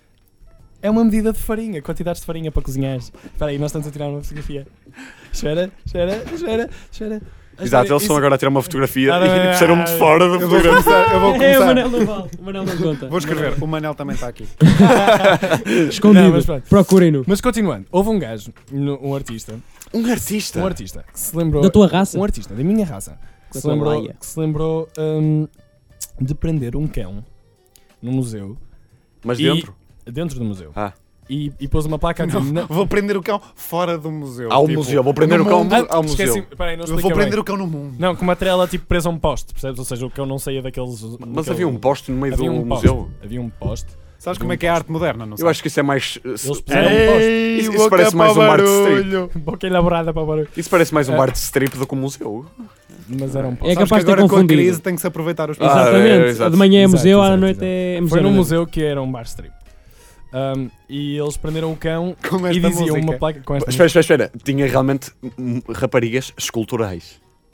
É uma medida de farinha, quantidades de farinha para cozinhar. Espera aí, nós estamos a tirar uma fotografia. Espera, espera, espera, espera. Exato, eles Isso- estão agora a tirar uma fotografia Ah, não, e não, puseram-me de não. fora da Eu vou fotografia. começar. Eu vou É, o começar. Manel não vale. O Manel não conta. Vou escrever. O Manel também está aqui. Escondido. Não, mas pronto. Procurem-no. Mas continuando, houve um gajo, no- um artista, Um artista. um artista que se lembrou. Da tua raça? Um artista da minha raça. Que Da se tua lembrou, laia. que se lembrou hum, de prender um cão no museu. Mas E- dentro. Dentro do museu. Ah. E, e pôs uma placa a dizer. Não, "Não." vou prender o cão fora do museu. Ao tipo, museu. Vou prender no o cão mundo. Ah, ao museu. esqueci, peraí, não Eu expliquei vou prender bem. o cão no mundo. Não, com uma trela tipo presa a um poste, percebes? Ou seja, o cão não saía daqueles. Mas daquele- havia um poste no meio do havia um museu. poste. Havia um poste. Sabes como é que é a arte moderna, não Eu sabes? acho que isso é mais. uh, se- Eles puseram um poste. Isso- isso parece mais um bar de strip. Boca elaborada para o barulho. Isso parece mais um É. bar de strip do que um museu. Mas era um É poste. Sabes capaz que de ter agora com a confundido. crise tem que se aproveitar os Ah, Exatamente. é, exato. De manhã é Exato, museu, à exato, noite exato. é museu. Foi num não é? museu que era um bar strip. Um, e eles prenderam o cão com e esta diziam música. uma placa com esta Espera, espera, espera. Tinha realmente hum, raparigas esculturais.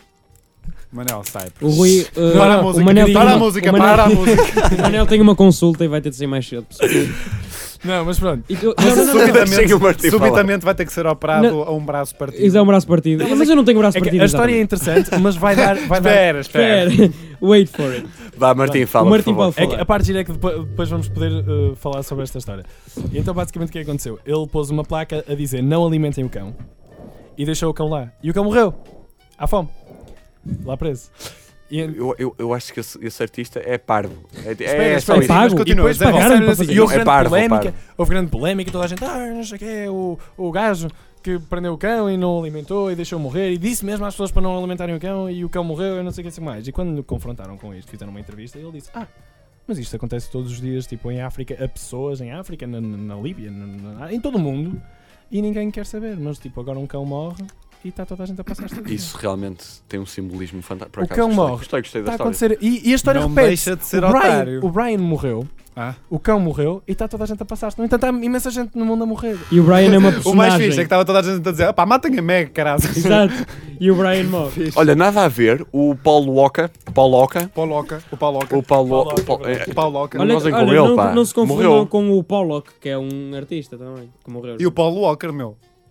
Manel, sai. O Rui... uh, Para a o música, Manel para tem a uma- música, o Manel- para a música. O Manel tem uma consulta e vai ter de sair mais cedo. pessoal. Não, mas pronto. E tu- Não, não, não, não. Deixem o Subitamente, Martim falar. subitamente vai ter que ser operado a um braço partido. Isso é um braço partido. Não, mas mas eu não tenho braço É que partido. a história é interessante, mas vai dar. Vai dar Espera, espera. Espera. Wait for it. Vá, Martim, fala. O Martim por favor. pode É que a parte gira é que depois, depois vamos poder uh, falar sobre esta história. E então, basicamente, o que é que aconteceu? Ele pôs uma placa a dizer não alimentem o cão e deixou o cão lá. E o cão morreu. À fome. Lá preso. E, Eu, eu, eu acho que esse, esse artista é parvo. É, é, Espera, é só espera, isso. pago. Mas e continua, depois desenvolve. pagaram para assim, fazer e houve isso. É grande parvo, polémica, parvo. houve grande polémica e toda a gente, ah, não sei o que é, o, o gajo que prendeu o cão e não o alimentou e deixou morrer e disse mesmo às pessoas para não alimentarem o cão e o cão morreu e não sei o que assim mais. E quando lhe confrontaram com isto, fizeram uma entrevista, ele disse, ah, mas isto acontece todos os dias, tipo em África, a pessoas em África, na, na, na Líbia, na, na, em todo o mundo e ninguém quer saber, mas tipo agora um cão morre e está toda a gente a passar esta Isso realmente tem um simbolismo fantástico. Por O acaso, cão gostei, morre. Gostei, gostei da Está a história. acontecer e, e a história Não repete. deixa de ser o, Brian, otário. o Brian morreu, Ah. o cão morreu e está toda a gente a passar-se. No entanto, há imensa gente no mundo a morrer. E o Brian é uma O personagem. mais fixe é que estava toda a gente a dizer, pá, matem a Meg, caralho. Exato. E o Brian morre. Olha, nada a ver. O Paulo Walker. Paulo Walker. Paulo Loca, o Paulo Loca. O Paulo. Paulo o Paulo- Walker, é, O Paulo Loca. Olha- gozem com ele, não, pá. não se confundam Morreu. com o Pollock, que é um artista também, que morreu. E o Paulo Walker, meu.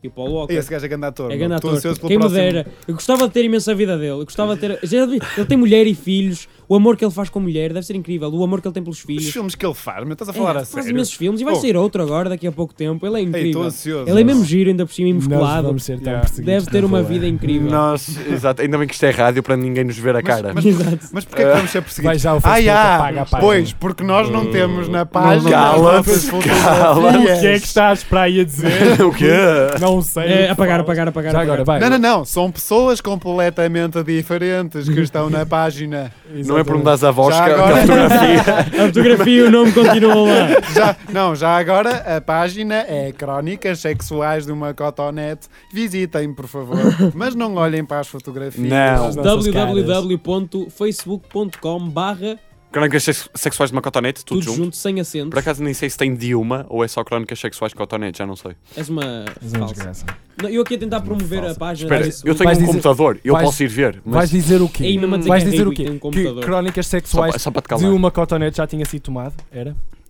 E o Paul Walker. Esse gajo é grande ator. É grande Estou ator. ansioso pelo Quem me próximo. dera. Eu gostava de ter imensa vida dele. Eu gostava de ter. Já vi- Ele tem mulher e filhos. O amor que ele faz com a mulher deve ser incrível. O amor que ele tem pelos Os filhos. filmes que ele faz, meu, estás a falar É, a faz sério? imensos filmes e vai Oh. sair outro agora daqui a pouco tempo. Ele é Ei, estou incrível. ansioso. Ele é mesmo giro, ainda por cima e Nós musculado. vamos ser tão Yeah. perseguidos Deve ter na uma rua. vida incrível. Nós, exato, ainda bem que isto é rádio para ninguém nos ver a cara. Mas- Exato. Mas porquê que vamos ser perseguidos? Vai já o Ah, Facebook, já, apaga a página. pois, porque nós não temos na página. Cala-te, nossas cala-te. O que é que estás para aí a dizer? O quê? Não sei. É, apagar, apagar, apagar. Já apagar. agora, vai. Não, não, não. São pessoas completamente diferentes que estão na página. Não é por me dares a voz que Já a que agora- a fotografia. A fotografia e o nome continuam lá. Já, não, já agora a página é Crónicas Sexuais de uma Cotonete. Visitem, por favor. Mas não olhem para as fotografias. Não. As nossas www ponto facebook ponto com barra Crónicas sex- sexuais de uma cotonete, tudo, tudo junto. junto, sem acento. Por acaso nem sei se tem de uma ou é só crónicas sexuais de cotonete, já não sei. És uma És uma falsa. desgraça. Não, eu aqui a tentar promover Falsa. a página. Espera, do eu Facebook. tenho Vais um dizer- computador, eu vais- posso ir ver. Vais Mas dizer o quê? É mesmo a dizer Vais que é dizer rico o e quê? tem um Que computador. crónicas só, sexuais pa- só para te de calar. uma cotonete já tinha sido tomado? Era?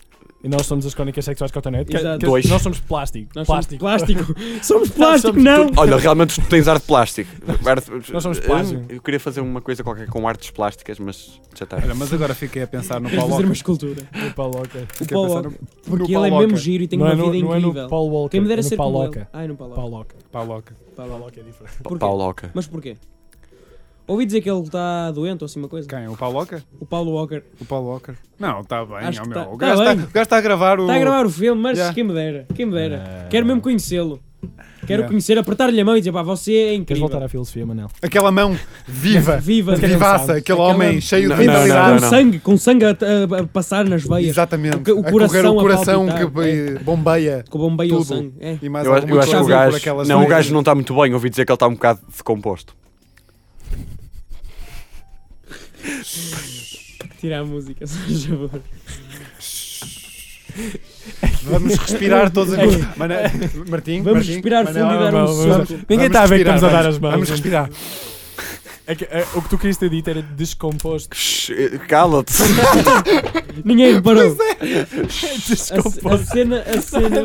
E nós somos as crónicas sexuais cotonete? Que- Exato. que- Dois. Nós somos plástico. Nós plástico. somos plástico. Somos plástico, somos não. Olha, realmente tu tens arte de plástico. Arte- Nós somos plástico. Eu queria fazer uma coisa qualquer com artes plásticas, mas já está. Olha, mas agora fiquei a pensar no Queres Paulo fazer uma Walker. escultura. O Paulo Walker. O Fiquei a Paul pensar Walker. no- Porque no ele Paul é Walker. mesmo giro e tem Não uma é, no, vida não é incrível. no Paul Walker. Quem me dera é no ser Paul como Walker. ele. Ai, no Paulo Paul Walker. Walker. Paulo Walker. Paul Walker é diferente. Porquê? Paulo Walker. Mas porquê? Ouvi dizer que ele está doente ou assim uma coisa. Quem? O Paulo Walker? O Paulo Walker. O Paulo Walker? Não, está bem. Acho ó, que meu. tá- o, tá gajo está, bem. o gajo está a gravar o... Está a gravar o filme, mas Yeah. quem me dera. Quem me dera. Não. Quero mesmo conhecê-lo. Quero Yeah. conhecer, apertar-lhe a mão e dizer, pá, você é Queres incrível. voltar à filosofia, Manel? Aquela mão viva. Viva. Vivaça. Aquele Aquela- homem cheio Não, de não, não, vitalidade. Com não. sangue, com sangue a, a- a passar nas veias. Exatamente. O, o a coração correr o a coração palpitar. que É. bombeia. Com bombeio o tudo. sangue. É. E mais Eu, acho- alguma eu acho que o coisa por gajo. aquelas Não, o veias. gajo não está muito bem. Ouvi dizer que ele está um bocado decomposto. Tira a música, se faz favor. Vamos respirar todos a Mana- Martim, Vamos Martim, respirar Manel, fundo e dar um vamos, vamos. soco. Ninguém Vamos está a ver que respirar, estamos a dar vamos- as mãos. Vamos respirar. É que, é, o que tu querias ter dito era descomposto. Cala-te. Ninguém reparou. é. A, a Descomposto. cena, a cena.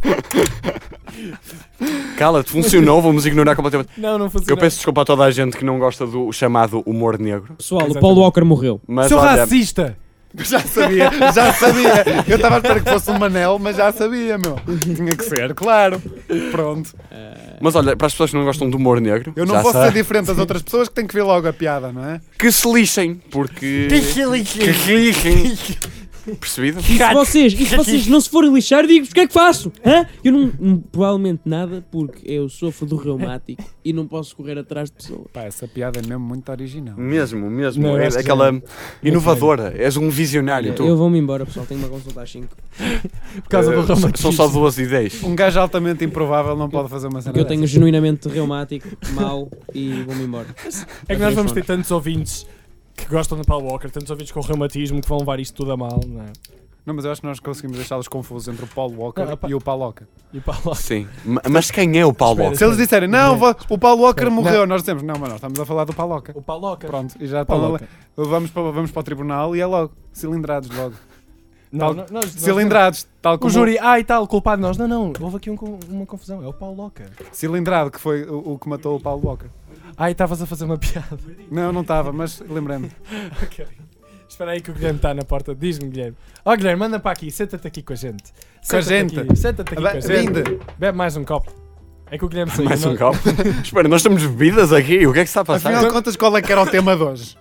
Cala-te. Funcionou. Vamos ignorar completamente. Não, não funciona. Eu peço desculpa a toda a gente que não gosta do chamado humor negro. Pessoal, o Exatamente. Paul Walker morreu. Mas Seu olha, racista! Já sabia, já sabia. Eu estava a esperar que fosse um Manel, mas já sabia, meu. Tinha que ser, claro. Pronto. mas olha, para as pessoas que não gostam do humor negro, Eu não já posso sei, ser diferente das outras pessoas que têm que ver logo a piada, não é? que se lixem, porque... Que se lixem. Percebido? E se vocês, e se vocês não se forem lixar, digo-vos o que é que faço? Hã? Eu não, não- provavelmente nada, porque eu sofro do reumático e não posso correr atrás de pessoas. Pá, essa piada é mesmo muito original. Mesmo, mesmo. Não, eu é acho que aquela já- inovadora. És um visionário, tu. Eu vou-me embora, pessoal, tenho uma consulta às cinco. Por causa do Eh, reumatismo. São só duas ideias. Um gajo altamente improvável não pode fazer uma cena Porque eu tenho dessas. genuinamente reumático, mau e vou-me embora. É que nós vamos ter tantos ouvintes que gostam de Paul Walker, tantos ouvintes com reumatismo que vão levar isto tudo a mal, não é? Não, mas eu acho que nós conseguimos deixá-los confusos entre o Paulo Walker Não, opa. e o Paulo Walker. E Paul Walker. Sim. Ma- Mas quem é o Paulo Espera, Walker? Se eles disserem, não, vo- o Paulo Walker Não. morreu, nós dizemos, não, mas nós estamos a falar do Paulo Walker. O Paul Walker. Pronto, e já Paul estão a- Walker. vamos para, vamos para o tribunal e é logo, cilindrados logo. Não, Tal- não, nós, nós- Cilindrados, tal O como júri, ah e tal, culpado nós. Não, não, houve aqui um co- uma confusão. É o Paul Walker. cilindrado, que foi o, o que matou o Paulo Walker. Ah, e estavas a fazer uma piada. Não, não estava, mas lembrei-me. Ok. Espera aí que o Guilherme está na porta. Diz-me, Guilherme. Ó, Guilherme, manda para aqui. Senta-te aqui com a gente. Com a Senta-te gente? aqui, Senta-te aqui com a gente. Vinde. Bebe mais um copo. É que o Guilherme saiu. Mais não- um copo. Espera, nós temos bebidas aqui. O que é que se está a passar? Afinal de contas, qual é que era o tema de hoje?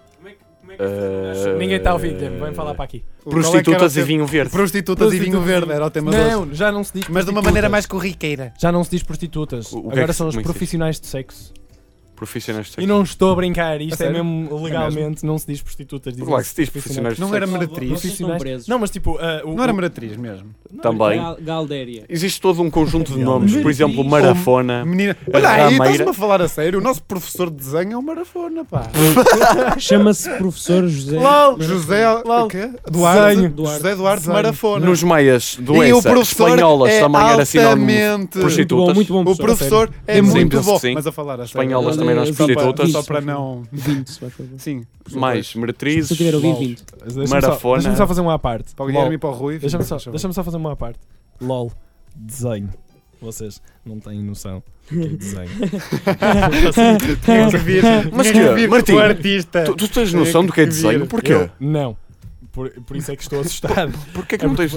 Eh, Ninguém está a ouvir, Guilherme. Vem falar para aqui. O- qual é que era o Prostitutas e tema? vinho verde. Prostitutas e vinho verde era o tema de hoje. Não, já não se diz Mas de uma prostitutas. maneira mais corriqueira. Já não se diz prostitutas. O- o que é Agora que- são os como é que se diz? profissionais de sexo. Profissionais de E sexo. não estou a brincar. Isto A é sério? mesmo legalmente. Não se diz prostitutas. Diz Claro que se diz profissionais de Não sexo. era Vocês meretriz. estão Profissionais. presos. Não, mas tipo. ah, o- Não era o- meretriz mesmo. Também. Gal- Galdéria. Existe todo um conjunto de nomes. Por Meretriz. exemplo, Marafona. Menina. Olha aí, Rameira. estás-me a falar a sério. O nosso professor de desenho é um marafona, pá. Chama-se professor José. José Lol. o quê? Duarte. Desenho. Duarte. José Duarte Desenho. Marafona. Nos meias, E o doença, professor espanholas é também era sinónimo de altamente... Muito bom, prostitutas. muito bom O professor. professor é Sim, muito penso bom. que sim. Mas a falar a sério. Espanholas também eram Olha, Só para- prostitutas. Só para não... vinte, se faz favor. Sim. Mais meretrizes. Se eu tiver a ouvir, Lol. vinte. Deixa-me só- Marafona. Deixa-me só fazer uma à parte. Para o Guilherme LOL. e para o Rui. Deixa-me só, faz favor. deixa só fazer uma à parte. LOL. Desenho. Vocês não têm noção do que é desenho. Tinha que vir, Mas tinha que, vir Martim, com o artista. Tu, tu tens noção do que é desenho? Porquê? Eu não. Por, por isso é que estou assustado. Porquê que não tens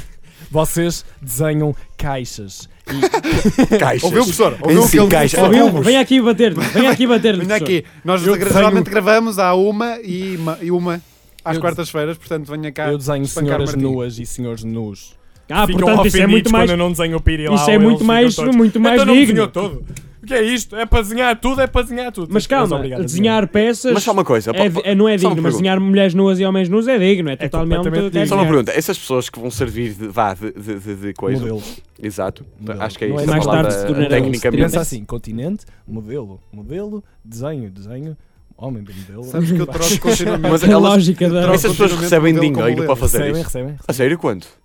Vocês desenham caixas. caixas? Ouviu, professor? Em Ouviu o si, que ele caixa. disse? Ouviu? Ouvimos. Vem aqui bater-lhe. Vem aqui bater-lhe. Venha aqui. Nós Eu geralmente desenho- gravamos à uma e uma, e uma às Eu- quartas-feiras, portanto venha cá. Eu desenho espancar senhoras Martim. nuas e senhores nus. Ah, Ficam portanto, isso é ofendidos muito mais. quando eu não desenho o pirilau. Isso é eles muito ficam mais, todos, muito mais então não digno. desenhou todo. O que é isto? É para desenhar tudo, é para desenhar tudo. Mas És calma, obrigado a desenhar peças Mas só uma coisa. é, po- é- não é só uma digno, mas pergunta. desenhar mulheres nuas e homens nus é digno, é, totalmente completamente digno. Só uma é- pergunta. Essas pessoas que vão servir de, vá, de, de, de, de coisa. Modelos. Exato. Modelo. Acho que é Não é isso a mais tarde se palavra tornarão tecnicamente. Pensa assim, continente, modelo, modelo, desenho, desenho, homem de modelo. Sabes que eu troco continuamente. Mas a elas- lógica da. Troca- Essas pessoas continuamente recebem modelo com dinheiro modelo. para fazer recebem, isso. recebem. A sério, quanto?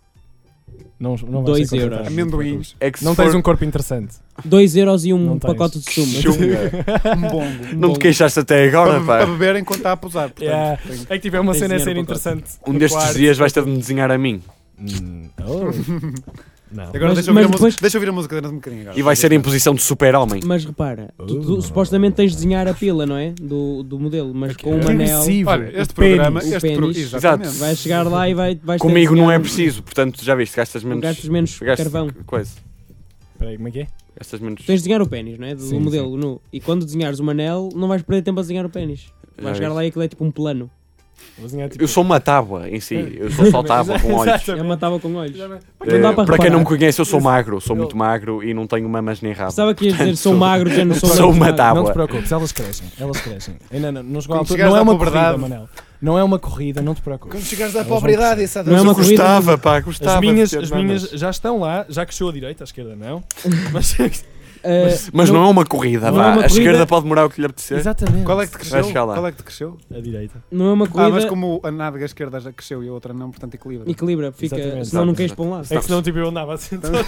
Não, não vais Dois ser euros. contratado. Amendoins. É que se Não for... tens um corpo interessante. dois euros e um Não tens. pacote de sumo. Chunga. Um bongo. Não te queixaste até agora, Para, para pá. beber enquanto está a posar. Portanto, Yeah. tenho- É que tiver uma Tens cena a ser dinheiro para interessante. Um no destes quarto. dias vais ter de me desenhar a mim. Hum, oh. Não. Agora Mas- deixa, eu mas ouvir a depois- música, deixa eu ouvir a música de um bocadinho agora. E vai ser em posição de super-homem. Mas repara, tu, tu Oh. supostamente tens de desenhar a pila, não é? Do, do modelo, mas com um Que anel. agressivo. Olha, este O programa, pênis. este O pro... pênis. Exatamente. Exato. Vais chegar lá e vai, vais ter Comigo de não é desenhar preciso, portanto, já viste, gastas um- menos. Gastas menos gastas carvão. Coisa. Espera aí, como é que é? Gastas menos. Tens de desenhar o pênis, não é? Do Sim, modelo nu. E quando desenhares um anel, não vais perder tempo a desenhar o pênis. Já Vais chegar viste. lá e aquilo é tipo um plano. Vou desenhar, tipo, Eu sou uma tábua em si. Eu sou só tábua com olhos. É Exatamente. uma tábua com olhos. Exatamente. Eh, dá para para quem não me reparar. conhece, eu sou magro. Sou Eu- muito magro e não tenho mamas nem rabo. Pensava que ias dizer Portanto, sou sou- magro, já não sou sou magro. uma tábua. Não te preocupes, elas crescem. Elas crescem. Ainda não, não, chegou à Quando altura- chegares não é à uma pobreza- corrida, Manel. Não é uma corrida, não te preocupes. chegares à pobreza, isso Não é uma Eu corrida, gostava, pá, gostava. As minhas, de ter as mamas. minhas já estão lá, já cresceu à direita, à esquerda não. Mas, Uh, Mas não é uma corrida, não vá. é uma A esquerda corrida. pode demorar o que lhe apetecer. exatamente. Qual é que te Vai cresceu? chegar lá. Qual é que te cresceu? A direita. não é uma Ah, corrida. mas como a nádega esquerda já cresceu e a outra não, portanto equilibra. Equilibra, fica. Exatamente. Senão não Exato, queres para um lado. É que senão tipo, eu andava assim todo.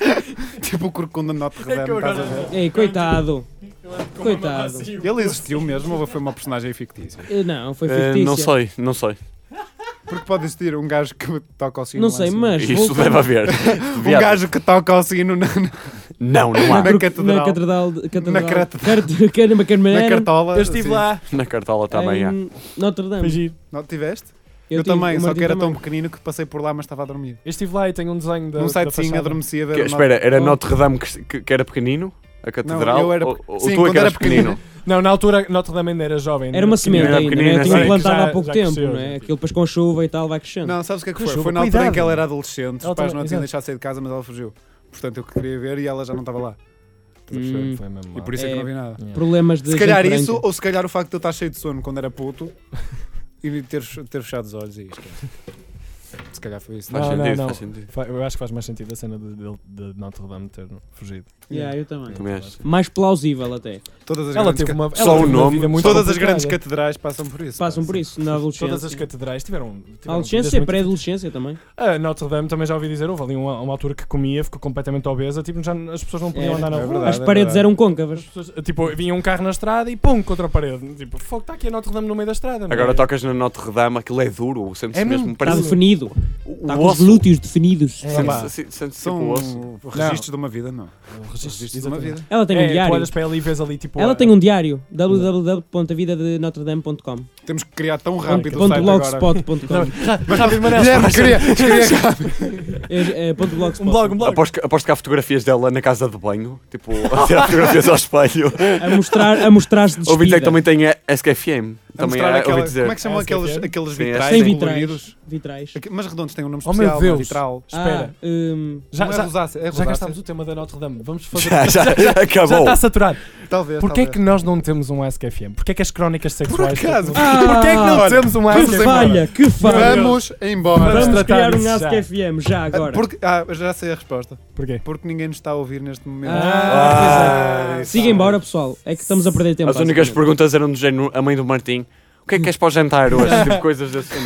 Tipo o corcunda de Notre É que Dame, eu estás a agora- ver? Ei, coitado. com Coitado. uma mão assim. Ele existiu mesmo ou foi uma personagem fictícia? Eh, Não, foi Eh, fictícia. não sei, não sei. Porque pode existir um gajo que toca ao sino Não lá em sei, cima. mas. Isso voltando- deve haver. Um Viado. gajo que toca ao sino na, Não, não Na, há. Na cru- catedral. na catedral. de- catedral. Na crata- Cart- car- uma na carmeira cartola. Eu estive sim. lá. Na cartola também há. em Notre Foi Dame. giro. Não tiveste? Eu, tive, também, o só Martim que era também. tão pequenino que passei por lá, mas estava a dormir. Eu estive lá e tenho um desenho da. Num da sitezinho fachada. adormeci a ver Que- o espera, era Oh. Notre Dame que, que- que era pequenino? A catedral? eu era Ou, pe- ou sim, tu é quando que eras era pequenino? Não, na altura Notre Dame ainda era jovem. Era uma semente Era ainda, pequenina, né? Tinham sim. plantado Já- há pouco já tempo, cresceu, não é? já. Aquilo depois com a chuva e tal vai crescendo. Não, sabes o que é que Que foi? chuva, Foi na altura em cuidado. que ela era adolescente, os Ela pais também- não a tinham exato. deixado de sair de casa, mas ela fugiu. Portanto, eu queria ver e ela já não estava lá. Estás a perceber? Hum. Foi mesmo E lá. por isso é que É. não vi nada. Yeah. Problemas de. Se calhar gente isso, branca. ou se calhar o facto de eu estar cheio de sono quando era puto e ter, ter fechado os olhos e isto. Se calhar foi isso. Faz Não, não, sentido, não. faz sentido. Fa- Eu acho que faz mais sentido a cena de, de, de Notre Dame ter fugido. Yeah, eu também. Também acho. Mais plausível até. Todas as Ela grandes teve ca- uma, ela Só teve o uma nome, vida muito Todas as complicada. grandes catedrais passam por isso. Passam pá. por isso, na adolescência. Todas as catedrais tiveram. tiveram Adolescência, vidas muito- pré-adolescência também. A Notre Dame também já ouvi dizer, houve ali uma, uma altura que comia, ficou completamente obesa, tipo, já, as pessoas não podiam É, andar na é rua. verdade. As paredes eram côncavas. As pessoas, tipo, vinha um carro na estrada e pum, contra a parede. Tipo, fogo, está aqui a Notre Dame no meio da estrada. não é? Agora tocas na Notre Dame, aquilo é duro, sente-se É mesmo, mesmo, Está parece definido. o Está com os osso. glúteos definidos. É, São- pá. Sente-se sente-se São tipo o osso. registros de uma vida, não. O registro, Registros de uma exatamente. vida. Ela tem um É, tu diário. olhas para ela e vês ali, tipo... Ela a- tem um diário. w w w ponto a vida de notre dame ponto com. Temos que criar tão rápido o Ponto site agora. blogspot ponto com. Mas rápido, Manel. Guilherme, queria, queria É, é, ponto blogspot. Um blog, um blog. Aposto que, aposto que há fotografias dela na casa de banho, tipo, a tirar fotografias ao espelho. A mostrar, a mostrar-se Ouvi dizer despida. que também tem a S K F M. a Também mostrar há, aquela, ouvi dizer. como é que chamam Ah, aqueles, S K F M? aqueles Sim, vitrais Tem coloridos? vitrais. Vitrais. Aqui- Mas redondos têm um nome Oh, especial, meu não é? Deus. Vitral. Espera. Ah, hum, Já, não é já, rosácea, é já rosácea. gastámos o tema da Notre Dame. Vamos fazer... Já, já, já acabou. está saturado. Talvez, Porquê é talvez. que nós não temos um S K F M? Porquê é que as crónicas sexuais... acaso. Ah, Porquê é que não olha, temos um vamos S K que F M? falha, que falha. Vamos embora. Vamos Vamos tratar criar um disso A S já. K F M já agora. Porque, ah, eu já sei a resposta. Porquê? Porque ninguém nos está a ouvir neste momento. Ah, Ah, Siga embora, pessoal. É que estamos a perder tempo. As únicas basicamente. perguntas eram do género, a mãe do Martim, o que é que queres para o jantar hoje? Tipo coisas assim.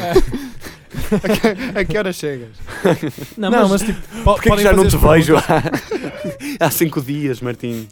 A, que, a que hora chegas? Não, Não, mas, mas tipo... po- Porquê que podem já não fazer te as vejo perguntas. há, há cinco dias, Martim?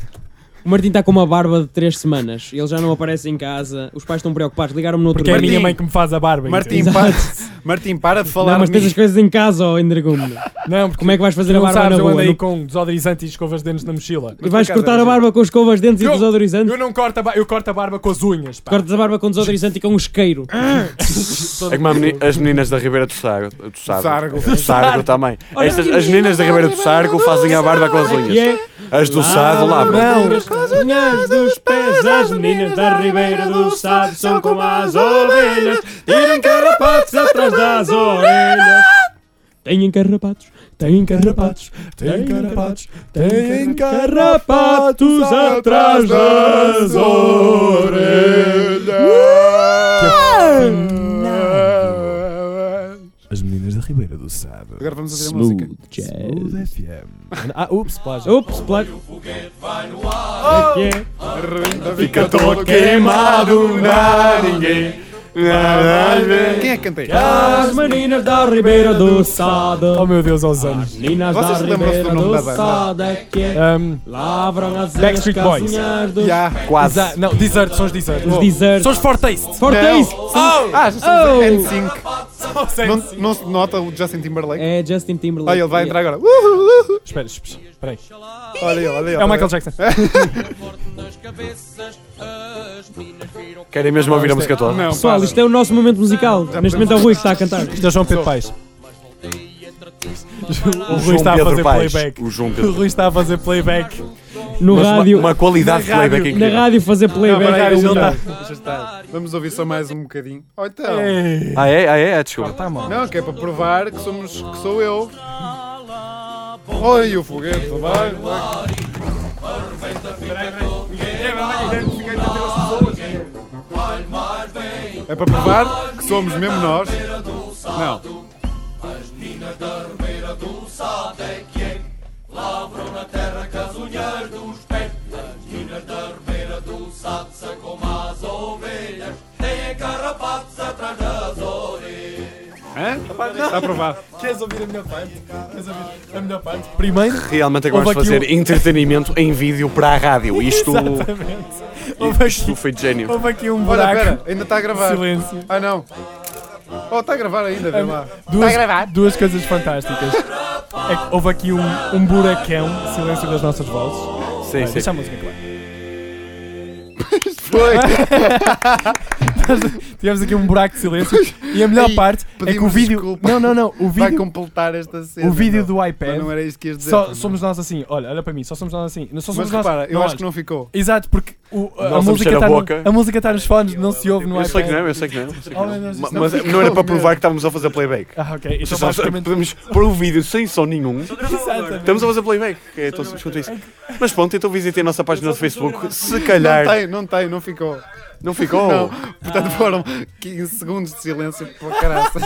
o Martim está com uma barba de três semanas. Ele já não aparece em casa. Os pais estão preocupados. Ligaram-me no outro Porque é a dia. minha mãe que me faz a barba. Martim, entende? pa- Martim, para de falar Não, mas tens as nisso. coisas em casa ou em Dragume. Não, porque Como é que vais fazer tu a não barba sabes, na eu rua? andei Não- com desodorizante e escovas de dentes na mochila. E vais por acaso cortar era a barba com escovas de dentes e Eu- desodorizante? Eu não corto a, ba- eu corto a barba com as unhas, pá. Cortas a barba com desodorizante e com um isqueiro. Todo- É como a meni- as meninas da Ribeira do Sargo. Do Sargo, Sargo. Do Sargo também. Olha Estas, que as meninas da Ribeira do Sargo fazem a barba com as E unhas. é... As do Sado lavam. Não, com as unhas dos pés, as meninas da Ribeira do Sado são como as ovelhas, tiram carrapatos atrás das orelhas. Têm carrapatos, têm carrapatos, têm carrapatos, têm carrapatos atrás das orelhas. As meninas da Ribeira do Sado. Agora vamos ouvir a música. Smooth jazz. Smooth F M. Ah, ups, plágio. Ups, placa. É que é? Fica todo queimado na ninguém. Quem é que canta aí? As meninas da Ribeira do Sado. Oh meu Deus, aos anos. Meninas da Vocês lembram-se do Ribeira nome do da banda? Sado é que é. Um, Lavram as Backstreet unhas com Boys. as unhas dos... Já. Quase. exa- não, Desert, são os Desert. Os Oh. Desert. São os Fortaste. Fortaste. Ah, já somos Oh. N cinco. São os Não, N cinco. não se nota o Justin Timberlake? É Justin Timberlake. Olha, ele vai entrar agora. Uhul, uhul. Espera, espera, espera aí. Olha ele, olha ele. É o Michael Jackson. Querem mesmo ouvir a música toda? Não, Pessoal, para. isto é o nosso momento musical. Neste momento é o Rui que está a cantar. Isto é o João Pedro Paes. O Rui João está a Pedro fazer Paes. playback. O João O Pedro. Rui está a fazer playback. No Mas uma, rádio. uma qualidade de Na playback rádio- Na incrível. rádio fazer Não, playback. peraí, é ele um- tá. Deixa estar. Vamos ouvir só mais um bocadinho. Oh, então. Ei. Ah é? Ah é? Ah, desculpa. Tá mal. Não, que é para provar que, somos, que sou eu. Oi, o foguete vai. É para provar que somos mesmo nós. Não. Hã? Está aprovado. Queres ouvir a melhor parte? Queres ouvir a melhor parte? Primeiro, Realmente é que vamos Houve aqui fazer entretenimento em vídeo para a rádio. Isto, houve isto aqui, foi de gênio. houve aqui um Olha, buraco. espera, ainda está a gravar. Silêncio. Ah, não. Oh, está a gravar ainda, vê lá. Duas, duas coisas fantásticas. É que houve aqui um, um buracão, silêncio das nossas vozes. Sim, Vai, sim. deixa a música claro. Foi. Tivemos aqui um buraco de silêncio e a melhor Ei, parte é que o pedimos vídeo. desculpa. Não, não, não. O Vai vídeo, completar esta cena. o vídeo do Mas iPad. não era isto que ias dizer. Só pois não. somos nós assim. Olha, olha para mim, só somos nós assim. Não só somos Mas nós. repara, eu não acho olha. que não ficou. Exato, porque o, a, Nós vamos música ter a tá boca. no, a música está nos fones, não se ouve no Eu iPad. sei que não, eu sei que não. eu sei que Oh, não. meu Deus, Ma- isto Mas não- não era para provar que estávamos a fazer playback. Ah, ok. Então Só- basicamente. Podemos pôr o vídeo sem som nenhum. Exatamente. Estamos a fazer playback. É tão simples quanto isso. Mas pronto, então visitei a nossa página do Facebook. Se Não calhar. tem, não tem, não ficou. Não ficou? Não, portanto foram quinze segundos de silêncio para caraças.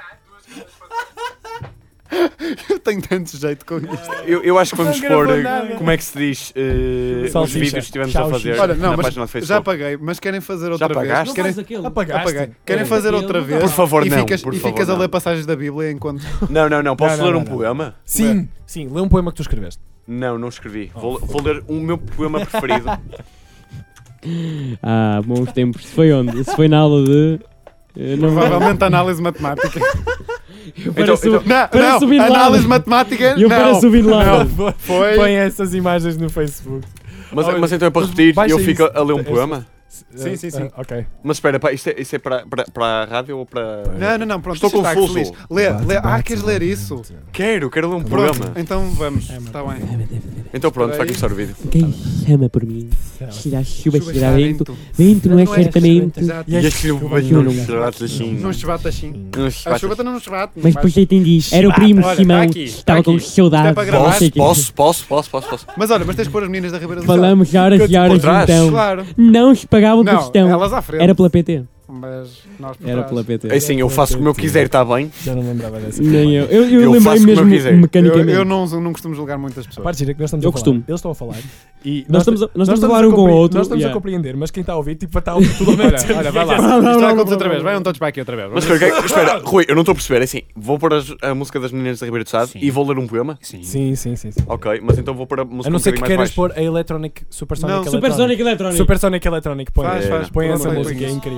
Eu tenho tanto jeito com isto. Eu, eu acho que vamos Não pôr. gravou eh, nada. Como é que se diz? eh, os Salsicha. vídeos que estivemos a Salsicha. fazer Olha, não, na mas página do Facebook. já apaguei, mas querem fazer outra vez? apagaste? Querem, aquele. Apagaste. apaguei. Querem É, fazer aquele outra não vez? Por favor, e não, ficas, por e favor, ficas a não. ler passagens da Bíblia enquanto. Não, não, não. Posso Não, não, ler um não, não. poema? Sim, sim. Lê um poema que tu escreveste. Não, não escrevi. Vou, vou ler o meu poema preferido. Ah, bons tempos. Isso foi onde? Isso foi na aula de. eh, Não Provavelmente análise matemática. Eu Então, pareço, então- Não, pareço o Bin não, Laden. análise matemática. Eu não. pareço o Bin Laden. Não, foi. Põe essas imagens no Facebook. Mas, Olha, mas então é para mas repetir e baixa eu fico isso. a ler um Este- poema? Sim, sim, sim. Ah, ok. Mas espera, pá, isto é, isto é para, para, para a rádio ou para. Não, não, não, pronto. Estou deixa estar, que confuso. feliz. Lê, lê. Ah, queres ler isso? Quero, quero ler um Pronto, poema. então vamos. Está bem. Então pronto, vai Espera aí. começar o vídeo. Quem chama por mim? Será chuva, Chuva, será vento. vento. Vento não é Não é certamente. Exato. E a E este chuva não não- se trata assim. Não se bate assim. Não se A chuva bate. também não se bate. Mas depois já entendi. Era o Ah, primo olha, Simão. tá aqui, Estava tá com aqui. saudade. Isto é para gravar? Não sei o Posso, quê. posso, posso, posso, posso. Mas olha, mas tens de pôr as meninas da Ribeira do Sal. Falamos horas e horas trás? então. Claro. Não se pagavam por Não, questão. elas à frente. Era pela P T. Mas nós por Era trás. pela P T. É assim, eu faço como eu quiser, está bem? Já não lembrava dessa. Nem eu. Eu, eu Eu lembrei faço como eu mesmo quiser. Eu, mecanicamente. eu não, não costumo julgar muitas A pessoas. parte gira é que nós estamos Eu a falar. costumo. Eles estão a falar. E Nós estamos a- nós estamos a falar um com o compre- outro, Nós estamos yeah. a compreender, mas quem está a ouvir, tipo, está a ouvir tudo ao mesmo Olha, tempo. olha, vai lá. Não, não, Isto vai não, acontecer não, outra vez. não. Vai um todos para aqui outra vez. Mas espera, que- espera, Rui, eu não estou a perceber. É assim, vou pôr as- a música das meninas da Ribeira do Sado e vou ler um poema? Sim. Sim, sim, sim. sim. Ok, mas então vou pôr a música A não um ser que bocadinho mais queiras baixo. pôr a Electronic Supersonic Não, Electronic. Supersonic Electronic. Supersonic Electronic. Põe, Faz, faz. põe Põe essa aí, música, põe é isso. incrível.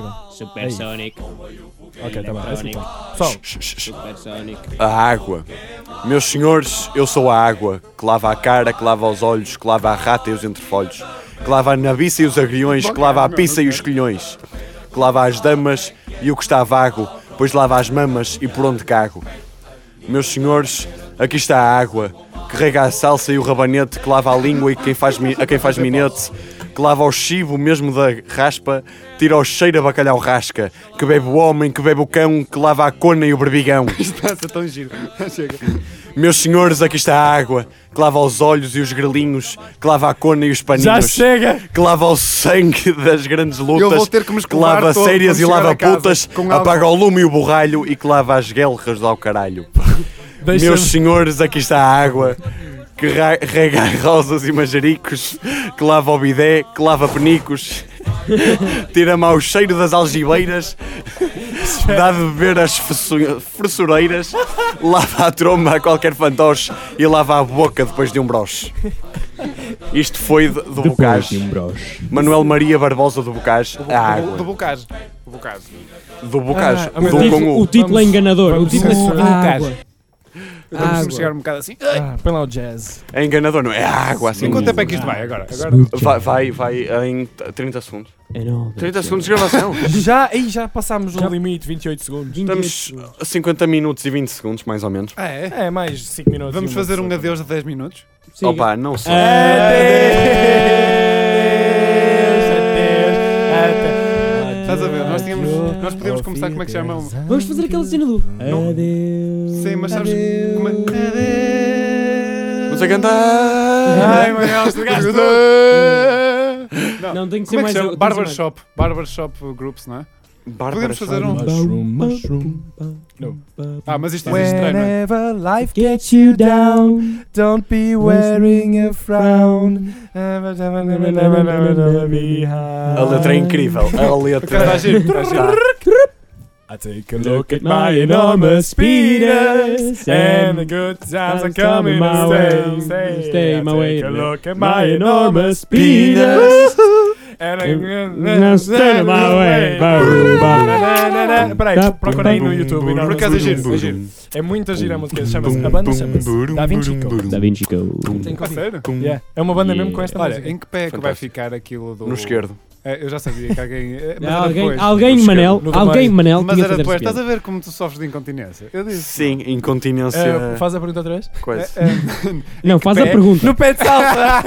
Supersonic. Ok, tá bem. É assim, Electronic. Pessoal, Supersonic. A água. Meus senhores, eu sou a água, que lava a cara, que lava os olhos, que lava a rata e os entrefolhos, que lava a nabiça e os agriões, que lava a pizza e os colhões, que lava as damas e o que está vago, pois lava as mamas e por onde cago. Meus senhores, aqui está a água, que rega a salsa e o rabanete, que lava a língua e quem faz mi- a quem faz minete, que lava o chivo mesmo da raspa, tira o cheiro a bacalhau rasca, que bebe o homem, que bebe o cão, que lava a cona e o berbigão. Está a ser tão giro. Chega. Meus senhores, aqui está a água, que lava os olhos e os grelinhos, que lava a cona e os paninhos, já chega! que lava o sangue das grandes lutas, Eu vou ter que me que escovar lava todo sérias e quando chegar lava a casa putas, com álcool. apaga o lume e o borralho e que lava as guelras ao caralho. Deixa-me- Meus senhores, aqui está a água, que ra- rega rosas e manjericos, que lava o bidé, que lava penicos, tira mau cheiro das algibeiras, dá de beber as fessu- fressureiras, lava a tromba a qualquer fantoche e lava a boca depois de um broche. Isto foi de- do Bocage. Manuel Maria Barbosa do Bocage, a Do, água. do Bocage. Do Bocage. Do Bocage, Ah, mas do o O com título, o. o título é Vamos- enganador. O vamos título é censurar. água. Vamos Água. chegar um bocado assim. Ah, põe lá o jazz. É enganador, não é? É água assim. Em quanto tempo é que isto vai agora? Agora. Vai, vai, vai em trinta segundos. trinta segundos de gravação. Já, aí já passámos o limite, vinte e oito segundos. Estamos a cinquenta minutos e vinte segundos, mais ou menos. Ah, é? É, mais cinco minutos. Vamos e fazer um minuto. adeus de dez minutos? Siga. Opa, não sei. Adeus, adeus, adeus. Estás a ver? Nós, tínhamos, nós podíamos começar, como é que se chama? Vamos fazer aquela cena do Adeus. Sim, mas sabes como é? Não sei cantar. Ai, Manuel, estragaste tudo. Não, Não, tem que ser como é mais. que se chama? tem que ser mais- Barbershop. Barbershop Groups, não é? Podemos fazer um. Mushroom, mushroom. No. Ah, mas isto existe estranho, não é? Whenever life Get you down. don't be wearing a frown. A letra é incrível. A Porque está letra. giro, está giro. I take a look at my enormous penis and the good times are coming my way. Stay, Stay my way. I take a look at my enormous penis. penis and Não stay my way. Peraí, procura aí no YouTube. Por enormous acaso é penis. giro, é giro. É muita gira a música. Chama-se, a banda chama-se Da Vinci Code. Da Vinci Code. Tem que A ouvir. sério? Yeah. É uma banda mesmo com esta Olha, música. em que pé é que vai Fantástico. ficar aquilo do... No esquerdo. É, eu já sabia que alguém... é, Mas era Alguém, depois. alguém No Manel, esquerdo, no alguém meio. Manel Mas tinha era que fazer depois. essa Estás a piada. ver como tu sofres de incontinência? Eu disse. Sim, incontinência. Eh, faz a pergunta outra vez? Coisa. É, é, Não, faz a pé? pergunta. No pé de salsa!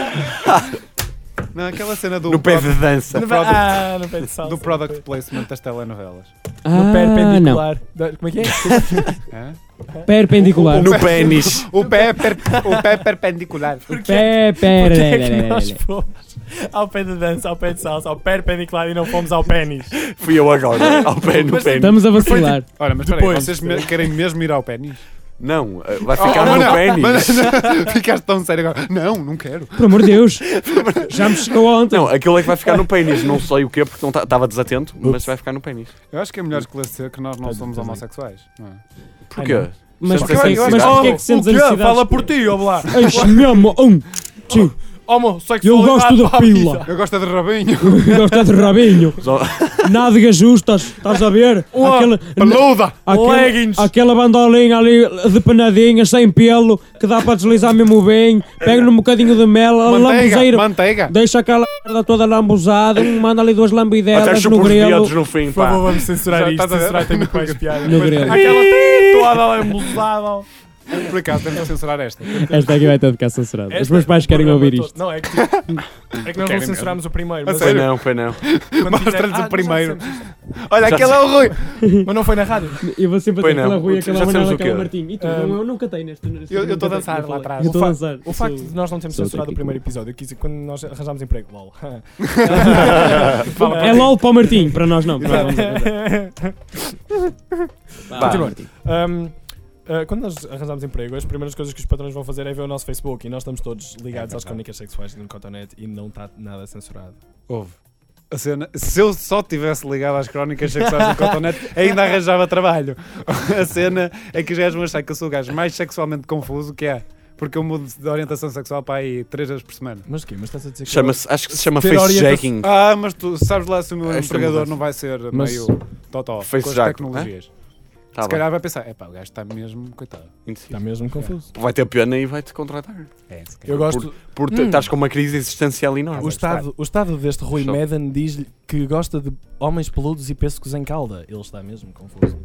não, aquela cena do... No pé de product- dança. No pé- product- ah, no pé de salsa. do product placement das telenovelas. Ah, No não. perpendicular. Da- Como é que é? Hã? Perpendicular. No pênis. O pé, per, o pé perpendicular. Pé, Porque é que nós pé. fomos ao pé de dança, ao pé de salsa, ao perpendicular e não fomos ao pênis? Fui eu agora. Ao pé no pênis. Estamos a vacilar. Olha, mas espera aí, Depois. vocês me- querem mesmo ir ao pênis? Não, eh, vai ficar Oh, no não, pênis. mas- Ficaste tão sério agora. Não, não quero. Por amor de Deus. Já me chegou ontem. Não, aquilo é que vai ficar no pênis. Não sei o quê, porque não estava desatento, mas vai ficar no pênis. Eu acho que é melhor esclarecer que nós não Estás- somos estás aí. homossexuais. Não é? Porquê? Mas Sentes porquê a mas necessidade? porquê que sentes a O quê? necessidade? Fala por ti, ó lá. Eixe mesmo, um, tio. Homossexualidade Eu gosto da para a pila. vida. Eu gosto é de rabinho. Gosta de rabinho. Só- Nádegas justas, estás a ver? Uma Aquela, Peluda! aquela, Leggings. aquela bandolinha ali de penadinha, sem pelo, que dá para deslizar mesmo bem. Pega-lhe um bocadinho de mel, a Manteiga! lambuzeira. Manteiga! Deixa aquela merda toda lambuzada, manda ali duas Até lambidelas chupa no os grelo. dedos no fim, Por favor, pá. vamos censurar Já isto. estás a ver? Censurar tem muito mais piada. No grelo. Aquela toda lá embusada. Por acaso, temos que censurar esta. Esta aqui vai ter de ficar censurada. Os Esta- meus pais o querem programa ouvir todo. isto. Não, é que, tipo, é que nós não Querem censurámos o primeiro. A Mas Foi sério? não, foi não. quando Mostra-lhes fizer- o Ah, nós primeiro. já dissemos isto. Olha, Já aquele é o Rui! Mas não foi na rádio. Eu vou sempre Foi ter aquela não. Rui, Já aquela sabes Manela, o aquela quê? Martim. E tu? Ah, Não, eu nunca tenho neste. neste- Eu- eu nunca tô a tenho, dançar eu lá falar. atrás. Eu estou a O dançar. O facto Sou- de nós não termos sou censurado o técnico. primeiro episódio, que isso- quando nós arranjámos emprego, lol. É LOL para o Martim, para nós não. para nós vamos arranjar. Vá, Continua. Martim. Um, uh, quando nós arranjamos emprego, as primeiras coisas que os patrões vão fazer é ver o nosso Facebook e nós estamos todos ligados É às verdade. crónicas sexuais do Cotonete e não está nada censurado. Houve. A cena, se eu só tivesse ligado às crónicas sexuais do Cotonete, ainda arranjava trabalho. A cena é que os gajos vão achar que eu sou o gajo mais sexualmente confuso que é. porque eu mudo de orientação sexual para aí três vezes por semana. Mas o quê? Mas estás a dizer que... Chama-se, acho que se chama Ter face orienta- jacking. Ah, mas tu sabes lá se o meu Esta empregador mudança. não vai ser Mas- meio totó Face com as jack, tecnologias. Tá se bem. calhar vai pensar, epá, o gajo está mesmo, coitado. Indeciso. Está mesmo confuso. Vai ter pena e vai-te contratar. É, se calhar. Eu gosto... Por Hum. estás com uma crise existencial enorme. O estado, o estado deste Rui Show. Medan diz-lhe que gosta de homens peludos e pêssegos em calda. Ele está mesmo confuso.